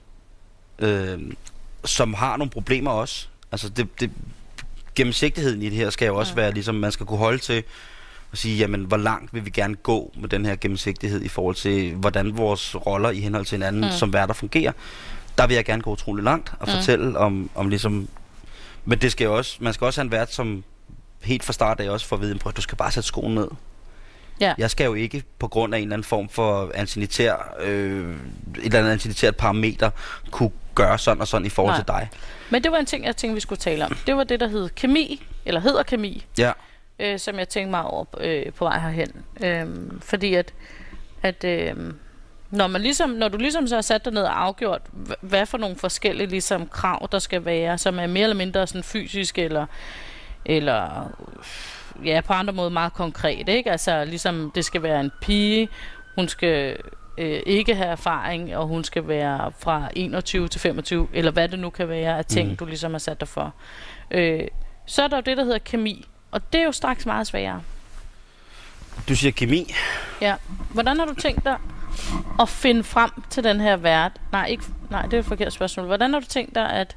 som har nogle problemer også. Altså gennemsigtigheden i det her skal jo også være ligesom, man skal kunne holde til at sige, jamen hvor langt vil vi gerne gå med den her gennemsigtighed i forhold til, hvordan vores roller i henhold til hinanden som værter fungerer. Der vil jeg gerne gå utrolig langt og fortælle om ligesom, men det skal jo også, man skal også have en vært, som helt fra start af også får at vide, at du skal bare sætte skoen ned. Ja. Jeg skal jo ikke på grund af en eller anden form for et eller andet anciennitært parameter kunne gøre sådan og sådan i forhold til dig. Men det var en ting, jeg tænkte, vi skulle tale om. Det var det, der hed kemi, eller hedder kemi, som jeg tænkte mig over på vej herhen. Fordi at når du ligesom så har sat dig ned og afgjort, hvad for nogle forskellige ligesom krav, der skal være, som er mere eller mindre sådan fysisk, eller ja, på andre måder meget konkret, ikke? Altså ligesom, det skal være en pige, hun skal ikke have erfaring, og hun skal være fra 21 til 25, eller hvad det nu kan være af ting, du ligesom har sat dig for. Så er der jo det, der hedder kemi, og det er jo straks meget sværere. Du siger kemi? Ja. Hvordan har du tænkt dig at finde frem til den her vært? Nej, det er et forkert spørgsmål. Hvordan har du tænkt dig at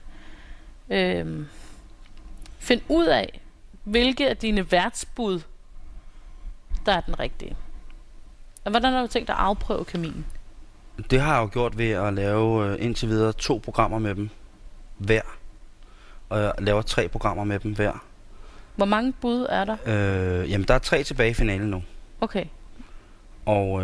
finde ud af, hvilke af dine værtsbud, der er den rigtige? Og hvordan har du tænkt dig at afprøve kemien? Det har jeg jo gjort ved at lave indtil videre 2 programmer med dem hver. Og jeg laver 3 programmer med dem hver. Hvor mange bud er der? Jamen, der er 3 tilbage i finalen nu. Okay. Og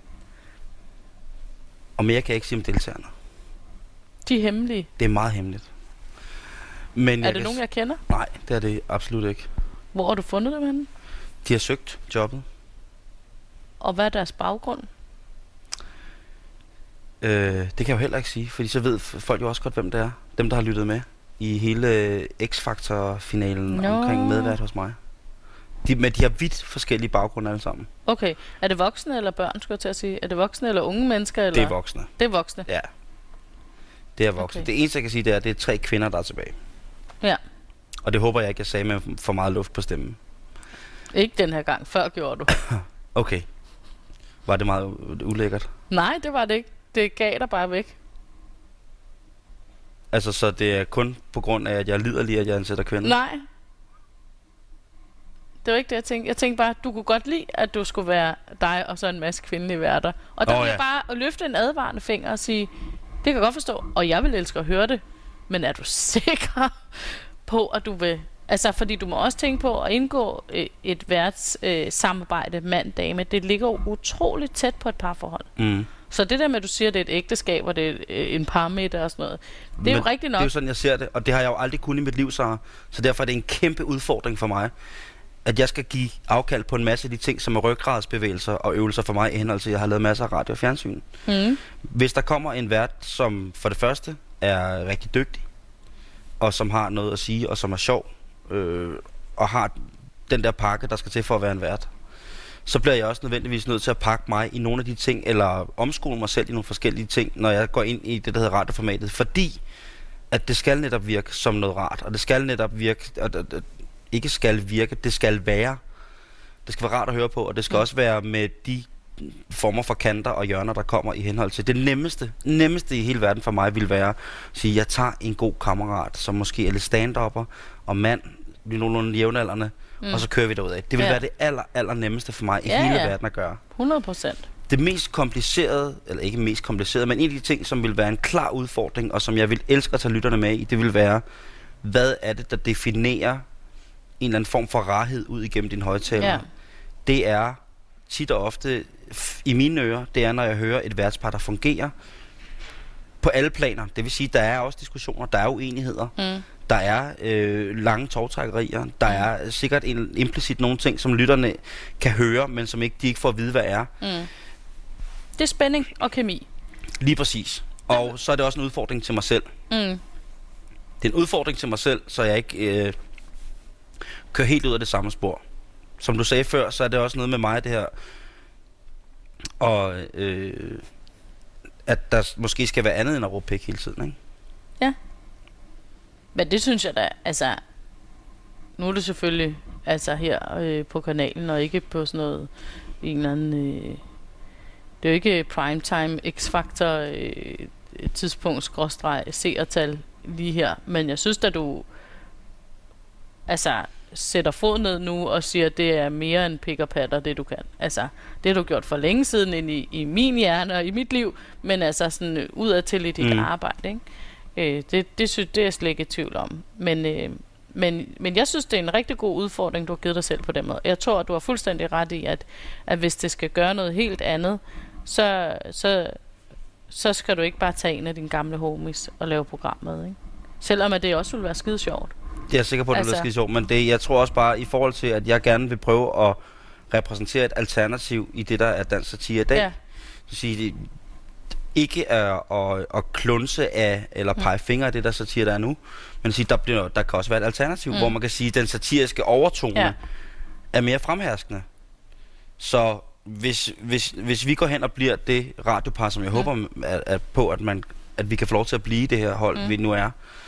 mere kan jeg ikke sige om deltagerne. De er hemmelige? Det er meget hemmeligt. Men er det nogen, jeg kender? Nej, det er det absolut ikke. Hvor har du fundet dem henne? De har søgt jobbet. Og hvad er deres baggrund? Det kan jeg jo heller ikke sige, fordi så ved folk jo også godt, hvem det er. Dem, der har lyttet med i hele X-Factor-finalen omkring medvært hos mig. Men de har vidt forskellige baggrunde alle sammen. Okay. Er det voksne eller børn, skulle jeg til at sige? Er det voksne eller unge mennesker? Eller? Det er voksne. Det er voksne? Ja. Det er voksne. Okay. Det eneste, jeg kan sige, det er 3 kvinder, der er tilbage. Ja. Og det håber jeg ikke, jeg sagde med for meget luft på stemmen. Ikke den her gang. Før gjorde du. Okay. Var det meget ulækkert? Nej, det var det ikke. Det gav dig bare væk. Altså, så det er kun på grund af, at jeg lider lige, at jeg ansætter kvinder? Nej. Det var ikke det, jeg tænkte. Jeg tænkte bare, at du kunne godt lide, at du skulle være dig og så en masse kvindelige værter. Og der vil jeg bare at løfte en advarende finger og sige, det kan jeg godt forstå, og jeg vil elske at høre det. Men er du sikker på, at du vil... Altså, fordi du må også tænke på at indgå et værtssamarbejde mand-dame. Det ligger jo utroligt tæt på et parforhold. Så det der med, at du siger, at det er et ægteskab, og det er en parmiddag og sådan noget, det er jo rigtigt nok. Det er jo sådan, jeg ser det, og det har jeg jo aldrig kunnet i mit liv, så derfor er det en kæmpe udfordring for mig, at jeg skal give afkald på en masse af de ting, som er ryggradsbevægelser og øvelser for mig i henhold til, at jeg har lavet masser af radio og fjernsyn. Hvis der kommer en vært, som for det første er rigtig dygtig, og som har noget at sige, og som er sjov, og har den der pakke, der skal til for at være en vært, så bliver jeg også nødvendigvis nødt til at pakke mig i nogle af de ting, eller omskole mig selv i nogle forskellige ting, når jeg går ind i det, der hedder radioformatet, fordi at det skal netop virke som noget rart, og det skal netop virke, ikke skal virke, det skal være. Det skal være rart at høre på, og det skal også være med de former for kanter og hjørner, der kommer i henhold til. Det nemmeste i hele verden for mig vil være at sige, at jeg tager en god kammerat, som måske er lidt stand-upper, og mand, vi er nogenlunde jævnaldrende, og så kører vi derudad. Det vil være det aller nemmeste for mig i hele verden at gøre. 100%. Det mest komplicerede, eller ikke mest komplicerede, men en af de ting, som vil være en klar udfordring, og som jeg vil elske at tage lytterne med i, det vil være, hvad er det, der definerer en eller anden form for rarhed ud igennem din højttaler. Ja. Det er tit og ofte, i mine ører, det er, når jeg hører et værtspar, der fungerer på alle planer. Det vil sige, der er også diskussioner, der er uenigheder, der er lange tovtrækkerier, der er sikkert implicit nogle ting, som lytterne kan høre, men som de ikke får at vide, hvad er. Det er spænding og kemi. Lige præcis. Og så er det også en udfordring til mig selv. Det er en udfordring til mig selv, så jeg ikke kører helt ud af det samme spor. Som du sagde før, så er det også noget med mig, det her, og at der måske skal være andet end at råbe pik hele tiden, ikke? Ja. Men det synes jeg da, altså, nu er det selvfølgelig altså her på kanalen, og ikke på sådan noget, en eller anden, det er jo ikke primetime, X-Factor, tidspunkt, skråstreg, seertal lige her, men jeg synes, at du, altså, sætter fod ned nu og siger, at det er mere end pik og patter, det du kan. Altså, det har du gjort for længe siden ind i min hjerne og i mit liv, men altså sådan udadtil i dit arbejde, ikke? Det er jeg slet ikke i tvivl om. Men jeg synes, det er en rigtig god udfordring, du har givet dig selv på den måde. Jeg tror, at du har fuldstændig ret i, at hvis det skal gøre noget helt andet, så skal du ikke bare tage en af dine gamle homies og lave programmet, ikke? Selvom at det også vil være skide sjovt. Det er jeg sikker på, at det bliver skide sjovt, men jeg tror også bare, i forhold til, at jeg gerne vil prøve at repræsentere et alternativ i det, der er dansk satire i dag. Ja. Så sige, ikke at klunse af, eller pege fingre af det, der satire, der er nu, men sige, der kan også være et alternativ, hvor man kan sige, at den satiriske overtone er mere fremherskende. Så hvis vi går hen og bliver det radiopar, som jeg håber på, at vi kan få lov til at blive det her hold, vi nu er,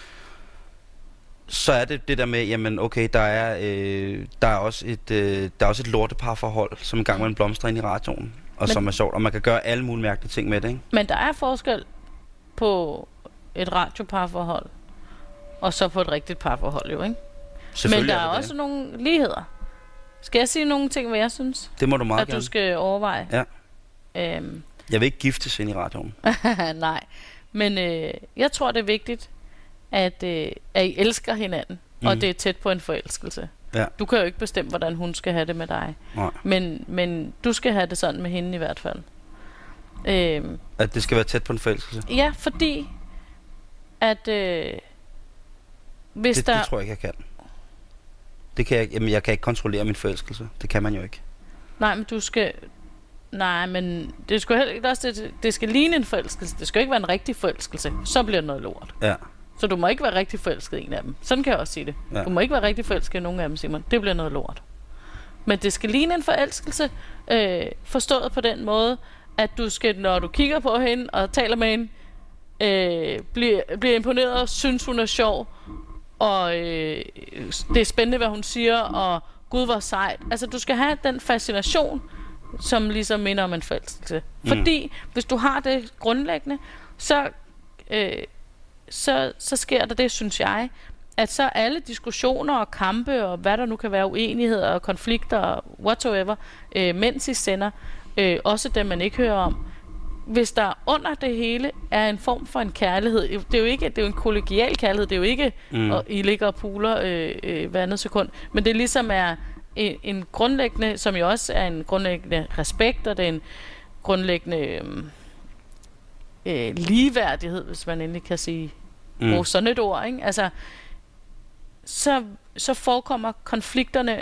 så er det der med, jamen okay, der er også et lorteparforhold, som engang med en blomster ind i radioen, og som er sjovt, og man kan gøre alle mulige mærkelige ting med det, ikke? Men der er forskel på et radioparforhold, og så på et rigtigt parforhold, jo, ikke? Men der er også nogle ligheder. Skal jeg sige nogle ting, hvad jeg synes? Det må du meget gerne. At du skal overveje. Ja. Jeg vil ikke giftes ind i radioen. Nej, men jeg tror, det er vigtigt, at I elsker hinanden, og det er tæt på en forelskelse. Ja. Du kan jo ikke bestemme, hvordan hun skal have det med dig. Nej. Men du skal have det sådan med hende i hvert fald. At det skal være tæt på en forelskelse? Ja, fordi at hvis det tror jeg ikke, jeg kan. Det kan jeg kan ikke kontrollere min forelskelse. Det kan man jo ikke. Nej, men du skal... Nej, men det skal heller ikke også... Det skal ligne en forelskelse. Det skal ikke være en rigtig forelskelse. Så bliver det noget lort. Ja. Så du må ikke være rigtig forelsket i en af dem. Sådan kan jeg også sige det. Ja. Du må ikke være rigtig forelsket i nogen af dem, Simon. Det bliver noget lort. Men det skal ligne en forelskelse, forstået på den måde, at du skal, når du kigger på hende og taler med hende, bliver imponeret, synes hun er sjov, og det er spændende, hvad hun siger, og gud, hvor sejt. Altså, du skal have den fascination, som ligesom minder om en forelskelse. Fordi, hvis du har det grundlæggende, så sker der det, synes jeg, at så alle diskussioner og kampe og hvad der nu kan være, uenigheder og konflikter og whatsoever, mens I sender, også dem man ikke hører om, hvis der under det hele er en form for en kærlighed, det er jo ikke, det er jo en kollegial kærlighed, det er jo ikke og I ligger og puler hver andet sekund, men det ligesom er en grundlæggende, som jo også er en grundlæggende respekt, og det er en grundlæggende ligeværdighed, hvis man endelig kan sige bruge sådan et ord, ikke? Altså, så forekommer konflikterne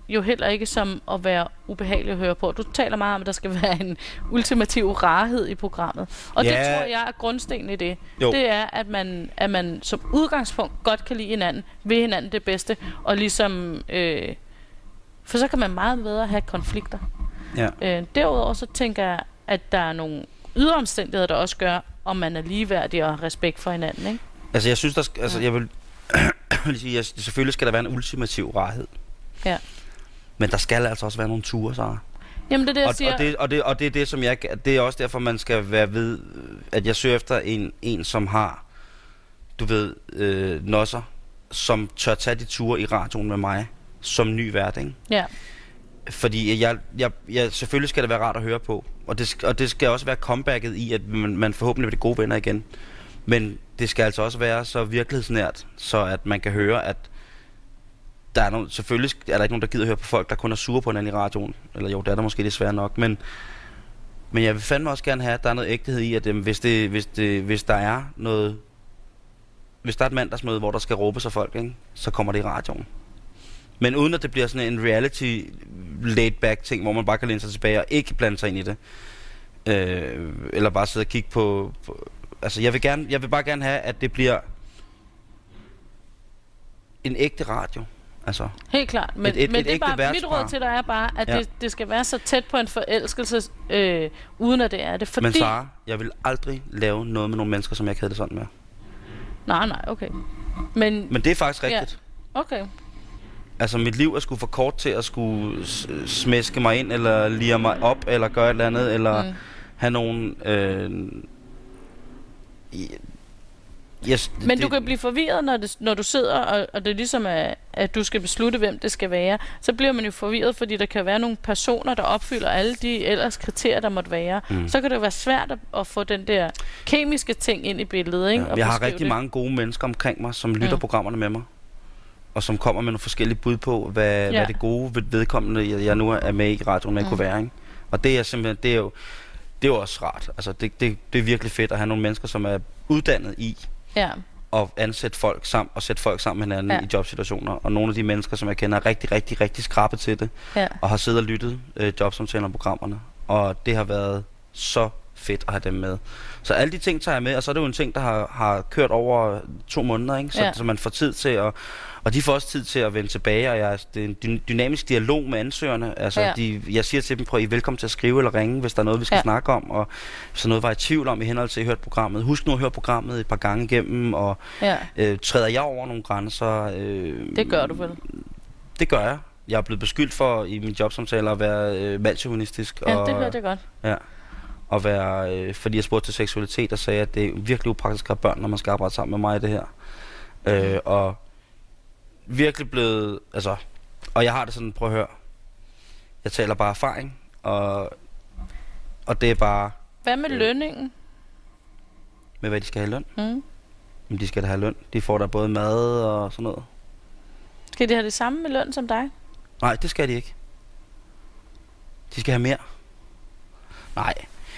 jo heller ikke som at være ubehagelig at høre på. Du taler meget om, at der skal være en ultimativ rarhed i programmet. Og det tror jeg er grundstenen i det. Jo. Det er, at man som udgangspunkt godt kan lide hinanden, vil hinanden det bedste, og ligesom... for så kan man meget bedre have konflikter. Ja. Derudover så tænker jeg, at der er nogle ydre omstændigheder, der også gør, om man er ligeværdig og har respekt for hinanden, ikke? Altså jeg synes, jeg vil sige, selvfølgelig skal der være en ultimativ rarhed. Ja. Men der skal altså også være nogle ture, Sara. Jamen det er det, jeg siger. Og det er det, som det er også derfor, man skal være ved, at jeg søger efter en som har, du ved, nosser, som tør tage de ture i radioen med mig, som ny vært, ikke? Ja. Fordi jeg selvfølgelig skal det være rart at høre på, og det skal også være comebacket i, at man forhåbentlig bliver gode venner igen. Men det skal altså også være så virkelighedsnært, så at man kan høre, at der er selvfølgelig er der ikke nogen, der gider høre på folk, der kun er sure på hinanden i radioen. Eller jo, det er der måske desværre nok, men jeg vil fandme også gerne have, at der er noget ægthed i, at hvis der er noget, hvis der er et mandagsmøde, hvor der skal råbe sig folk, ikke, så kommer det i radioen. Men uden at det bliver sådan en reality laid-back ting, hvor man bare kan læne sig tilbage og ikke blande sig ind i det. Eller bare sidde og kigge på altså jeg vil bare gerne have, at det bliver en ægte radio. Altså helt klart. Men det er bare mit råd til dig er bare, at det skal være så tæt på en forelskelse, uden at det er det. Fordi... Men Sara, jeg vil aldrig lave noget med nogle mennesker, som jeg ikke havde det sådan med. Nej, okay. Men det er faktisk rigtigt. Ja. Okay. Altså mit liv er sgu for kort til at skulle smæske mig ind, eller lire mig op, eller gøre et eller andet, eller have nogen... Men du kan blive forvirret, når du sidder, og det ligesom er, at du skal beslutte, hvem det skal være. Så bliver man jo forvirret, fordi der kan være nogle personer, der opfylder alle de ellers kriterier, der måtte være. Så kan det jo være svært at få den der kemiske ting ind i billedet, ikke? Ja, jeg har rigtig mange gode mennesker omkring mig, som lytter programmerne med mig. Og som kommer med nogle forskellige bud på, hvad det gode vedkommende, jeg nu er med i radioen med kunne være, ikke? Og det er simpelthen, det er jo også rart. Altså det er virkelig fedt at have nogle mennesker, som er uddannet i at ansætte folk sammen og sætte folk sammen med hinanden i jobsituationer. Og nogle af de mennesker, som jeg kender, er rigtig, rigtig, rigtig skrappe til det. Og har siddet og lyttet jobsamtaler om programmerne. Og det har været så fedt at have dem med. Så alle de ting tager jeg med, og så er det jo en ting, der har kørt over 2 måneder, ikke? Så man får tid til at... Og de får også tid til at vende tilbage, og det er en dynamisk dialog med ansøgerne. Altså, jeg siger til dem, prøv, I er velkommen til at skrive eller ringe, hvis der er noget, vi skal snakke om, og hvis der er noget, var i tvivl om i henhold til, at I hørte programmet. Husk nu at høre programmet et par gange igennem, og træder jeg over nogle grænser? Det gør du vel? Det gør jeg. Jeg er blevet beskyldt for i mine jobsamtaler at være mandsjuvenistisk. Ja, det gør det godt. Ja. Og være, fordi jeg spurgte til seksualitet og sagde, at det er virkelig upraktisk at have børn, når man skal arbejde sammen med mig i det her. Og virkelig blevet, altså, og jeg har det sådan, prøv at høre, jeg taler bare erfaring, og det er bare... Hvad med lønningen? Med hvad de skal have løn? Jamen, de skal da have løn. De får der både mad og sådan noget. Skal de have det samme med løn som dig? Nej, det skal de ikke. De skal have mere. Nej.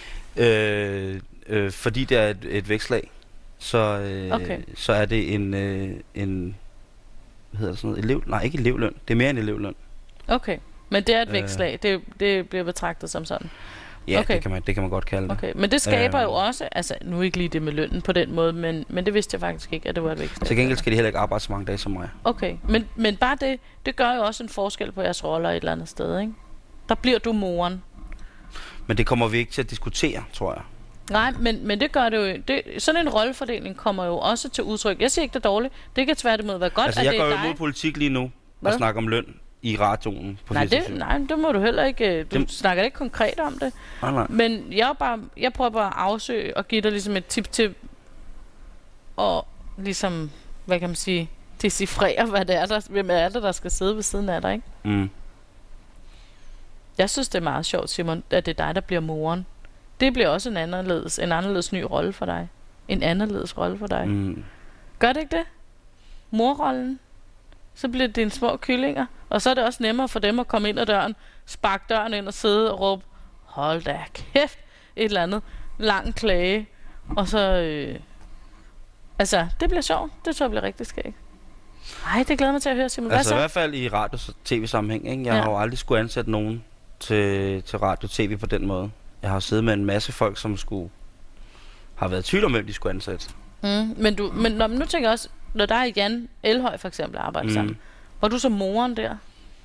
Fordi det er et vækslag, så er det en hvad hedder det sådan noget? Nej, ikke elevløn. Det er mere en elevløn. Okay, men det er et vækslag. Det bliver betragtet som sådan. Ja, okay. det kan man godt kalde det. Okay, men det skaber jo også, altså nu ikke lige det med lønnen på den måde, men det vidste jeg faktisk ikke, at det var et vækslag. Til gengæld skal de heller ikke arbejde så mange dage som mig. Okay, men bare det gør jo også en forskel på jeres roller et eller andet sted, ikke? Der bliver du moren. Men det kommer vi ikke til at diskutere, tror jeg. Nej, men det gør det jo. Sådan en rollefordeling kommer jo også til udtryk. Jeg siger ikke, det er dårligt. Det kan tværtimod være godt, altså, at det er dig. Jeg går jo imod politik lige nu og snakker om løn i radioen. På nej, det må du heller ikke. Du snakker ikke konkret om det. Nej. Men jeg prøver bare at afsøge og give dig ligesom et tip til og ligesom, hvad kan man sige, decifrere, hvem er det, der skal sidde ved siden af dig, ikke? Jeg synes, det er meget sjovt, Simon, at det er dig, der bliver moren. Det bliver også en anderledes ny rolle for dig. En anderledes rolle for dig. Gør det ikke det? Morrollen. Så bliver det dine små kyllinger. Og så er det også nemmere for dem at komme ind ad døren, sparke døren ind og sidde og råbe, hold da kæft, et eller andet. Lang klage. Og så... altså, det bliver sjovt. Det tror jeg bliver rigtig skægt. Ej, det glæder mig til at høre, Simon. Altså i hvert fald i radio- og tv-sammenhæng, ikke? Jeg har jo aldrig skulle ansætte nogen til radio og tv på den måde. Jeg har siddet med en masse folk, som har været i tvivl om, hvem de skulle ansætte. Men nu tænker jeg også, når der er Jan Elhøj for eksempel arbejder sammen, var du så moren der?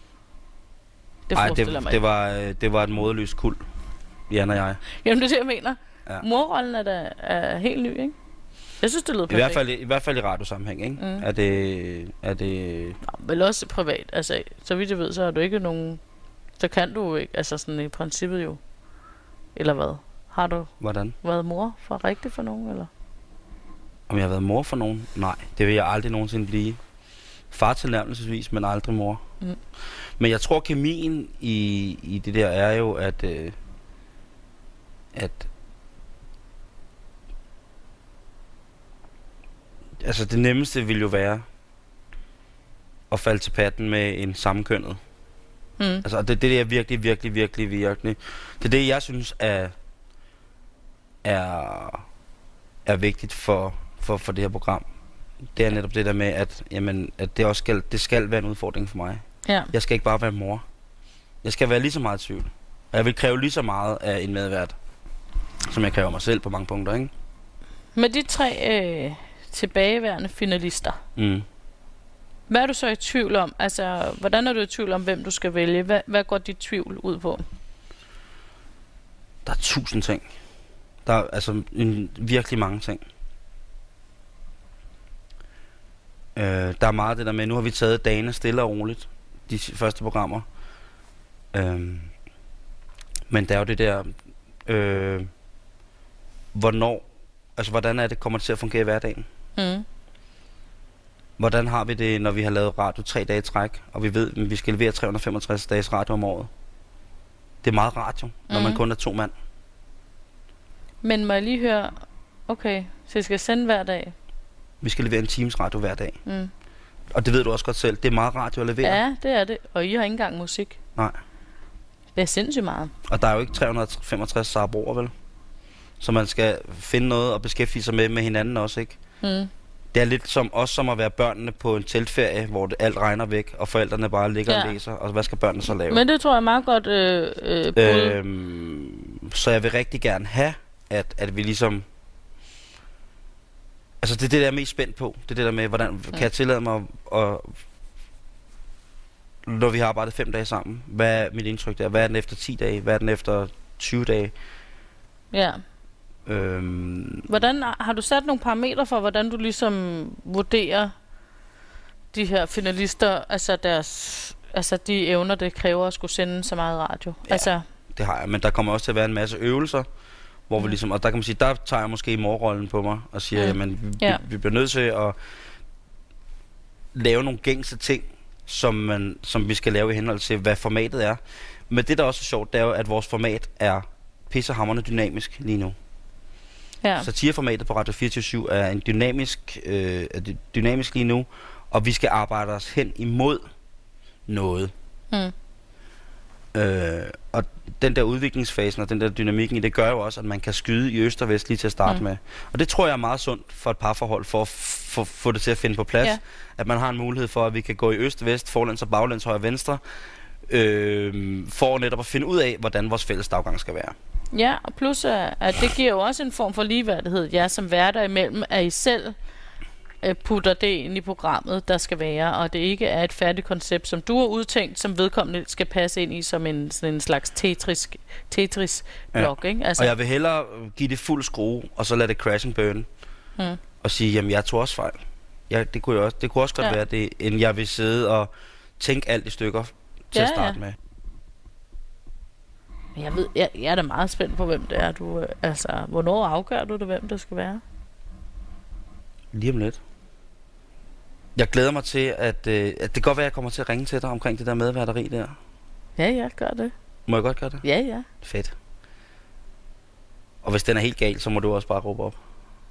Det var et moderløst kuld, Jan og jeg. Jamen, det er det, jeg mener. Ja. Morrollen er helt ny, ikke? Jeg synes, det lyder perfekt. I hvert fald i radiosammenhæng, ikke? Er det... Nå, vel også privat. Altså, så vidt jeg ved, så har du ikke nogen... Så kan du ikke, altså sådan i princippet jo. Eller hvad? Har du været mor for rigtigt for nogen, eller? Om jeg har været mor for nogen? Nej, det vil jeg aldrig nogensinde blive. Far tilnærmelsesvis, men aldrig mor. Men jeg tror, kemien i det der er jo, at altså det nemmeste vil jo være at falde til patten med en sammenkønnet. Altså det er virkelig. Det er det, jeg synes er vigtigt for det her program. Det er netop det der med, at det også skal være en udfordring for mig. Ja. Jeg skal ikke bare være mor. Jeg skal være lige så meget i tvivl. Og jeg vil kræve lige så meget af en medvært, som jeg kræver mig selv på mange punkter, ikke? Med de 3 tilbageværende finalister, hvad er du så i tvivl om? Altså, hvordan er du i tvivl om, hvem du skal vælge? Hvad går dit tvivl ud på? Der er 1000 ting. Der er altså virkelig mange ting. Der er meget det der med, nu har vi taget dagene stille og roligt, de første programmer. Men der er jo det der, hvordan er det kommer det til at fungere i hverdagen? Hvordan har vi det, når vi har lavet radio 3 dage i træk, og vi ved, at vi skal levere 365 dages radio om året? Det er meget radio, når man kun er 2 mand. Men må jeg lige høre, okay, så jeg skal sende hver dag? Vi skal levere en times radio hver dag. Og det ved du også godt selv. Det er meget radio at levere. Ja, det er det. Og I har ikke engang musik. Nej. Det er sindssygt meget. Og der er jo ikke 365 sabroer, vel? Så man skal finde noget at beskæftige sig med hinanden også, ikke? Det er lidt som at være børnene på en teltferie, hvor alt regner væk, og forældrene bare ligger og læser. Og hvad skal børnene så lave? Men det tror jeg er meget godt så jeg vil rigtig gerne have, at vi ligesom... Altså det er det, jeg er mest spændt på. Det er det der med, hvordan kan jeg tillade mig at... Når vi har arbejdet 5 dage sammen, hvad er mit indtryk der? Hvad er den efter 10 dage? Hvad er den efter 20 dage? Ja. Hvordan har du sat nogle parametre for, hvordan du ligesom vurderer de her finalister, altså de evner, det kræver at skulle sende så meget radio? Ja, altså, det har jeg, men der kommer også til at være en masse øvelser, hvor vi ligesom, og der kan man sige, der tager jeg måske morrollen på mig og siger, jamen vi bliver nødt til at lave nogle gængse ting, som vi skal lave i henhold til, hvad formatet er. Men det, der også er sjovt, det er jo, at vores format er pissehamrende dynamisk lige nu. Ja. Satireformatet på Radio 24/7 er en dynamisk lige nu, og vi skal arbejde os hen imod noget. Og den der udviklingsfasen og den der dynamikken i det gør jo også, at man kan skyde i øst og vest lige til at starte med. Og det tror jeg er meget sundt for et parforhold, for at få det til at finde på plads. Ja. At man har en mulighed for, at vi kan gå i øst, vest, forlæns og baglæns, højre og venstre, for netop at finde ud af, hvordan vores fælles daggang skal være. Ja, og plus at det giver jo også en form for ligeværdighed. Ja, som værter imellem, at I selv putter det ind i programmet, der skal være, og det ikke er et færdigt koncept, som du har udtænkt, som vedkommende skal passe ind i som sådan en slags Tetris-blok, ikke? Altså. Og jeg vil hellere give det fuld skrue, og så lade det crash and burn, og sige, jamen jeg tog også fejl. Ja, det kunne også godt være det, end jeg vil sidde og tænke alt i stykker til at starte med. Jeg er da meget spændt på, hvem det er, du... Altså, hvornår afgør du det, hvem det skal være? Lige om lidt. Jeg glæder mig til, at det kan godt være, at jeg kommer til at ringe til dig omkring det der medværteri der. Ja, gør det. Må jeg godt gøre det? Ja. Fedt. Og hvis den er helt gal, så må du også bare råbe op.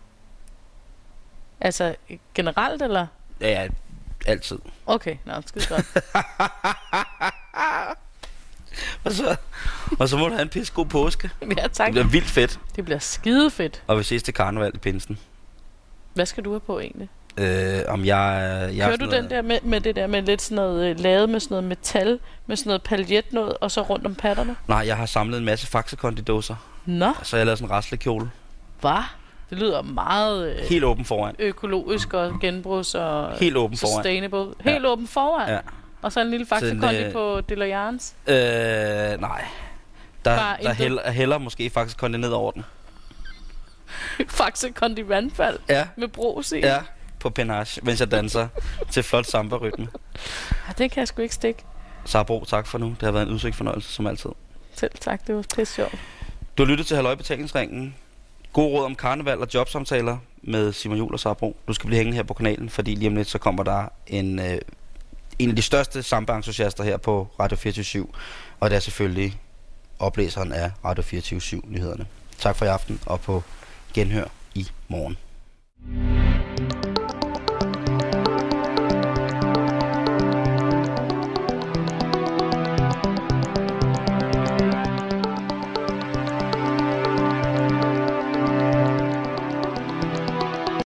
Altså, generelt, eller? Ja, altid. Okay, skide godt. og så må du have en pisse god påske. Ja, tak. Det bliver vildt fedt. Det bliver skide fedt. Og vi ses til karneval i pinsen. Hvad skal du have på egentlig? Om jeg kører du den der med det der med lidt sådan noget lavet med sådan noget metal, med sådan noget paljet noget, og så rundt om patterne? Nej, jeg har samlet en masse Faxe Kondi-dåser. Nå. Så jeg har lavet sådan en raslekjole. Hvad? Det lyder meget helt åben foran. Økologisk og genbrugs og helt åben sustainable. Foran. Helt åben foran? Ja. Og så en lille Faxe Kondi på Deloyans? Nej. Der hælder måske Faxe Kondi ned over den. Faxe Kondi vandfald? Ja. Med brus i? Ja, på penage, mens jeg danser til flot samba-rytme. Ja, det kan jeg sgu ikke stikke. Sabro, tak for nu. Det har været en udsigt fornøjelse, som altid. Selv tak, det var pisse sjovt. Du har lyttet til Halløj Betalingsringen. God råd om karneval og jobsamtaler med Simon Juhl og Sabro. Du skal blive hængende her på kanalen, fordi lige om lidt så kommer der en af de største samba-entusiaster her på Radio 24/7. Og det er selvfølgelig oplæseren af Radio 24/7 nyhederne. Tak for i aften, og på genhør i morgen.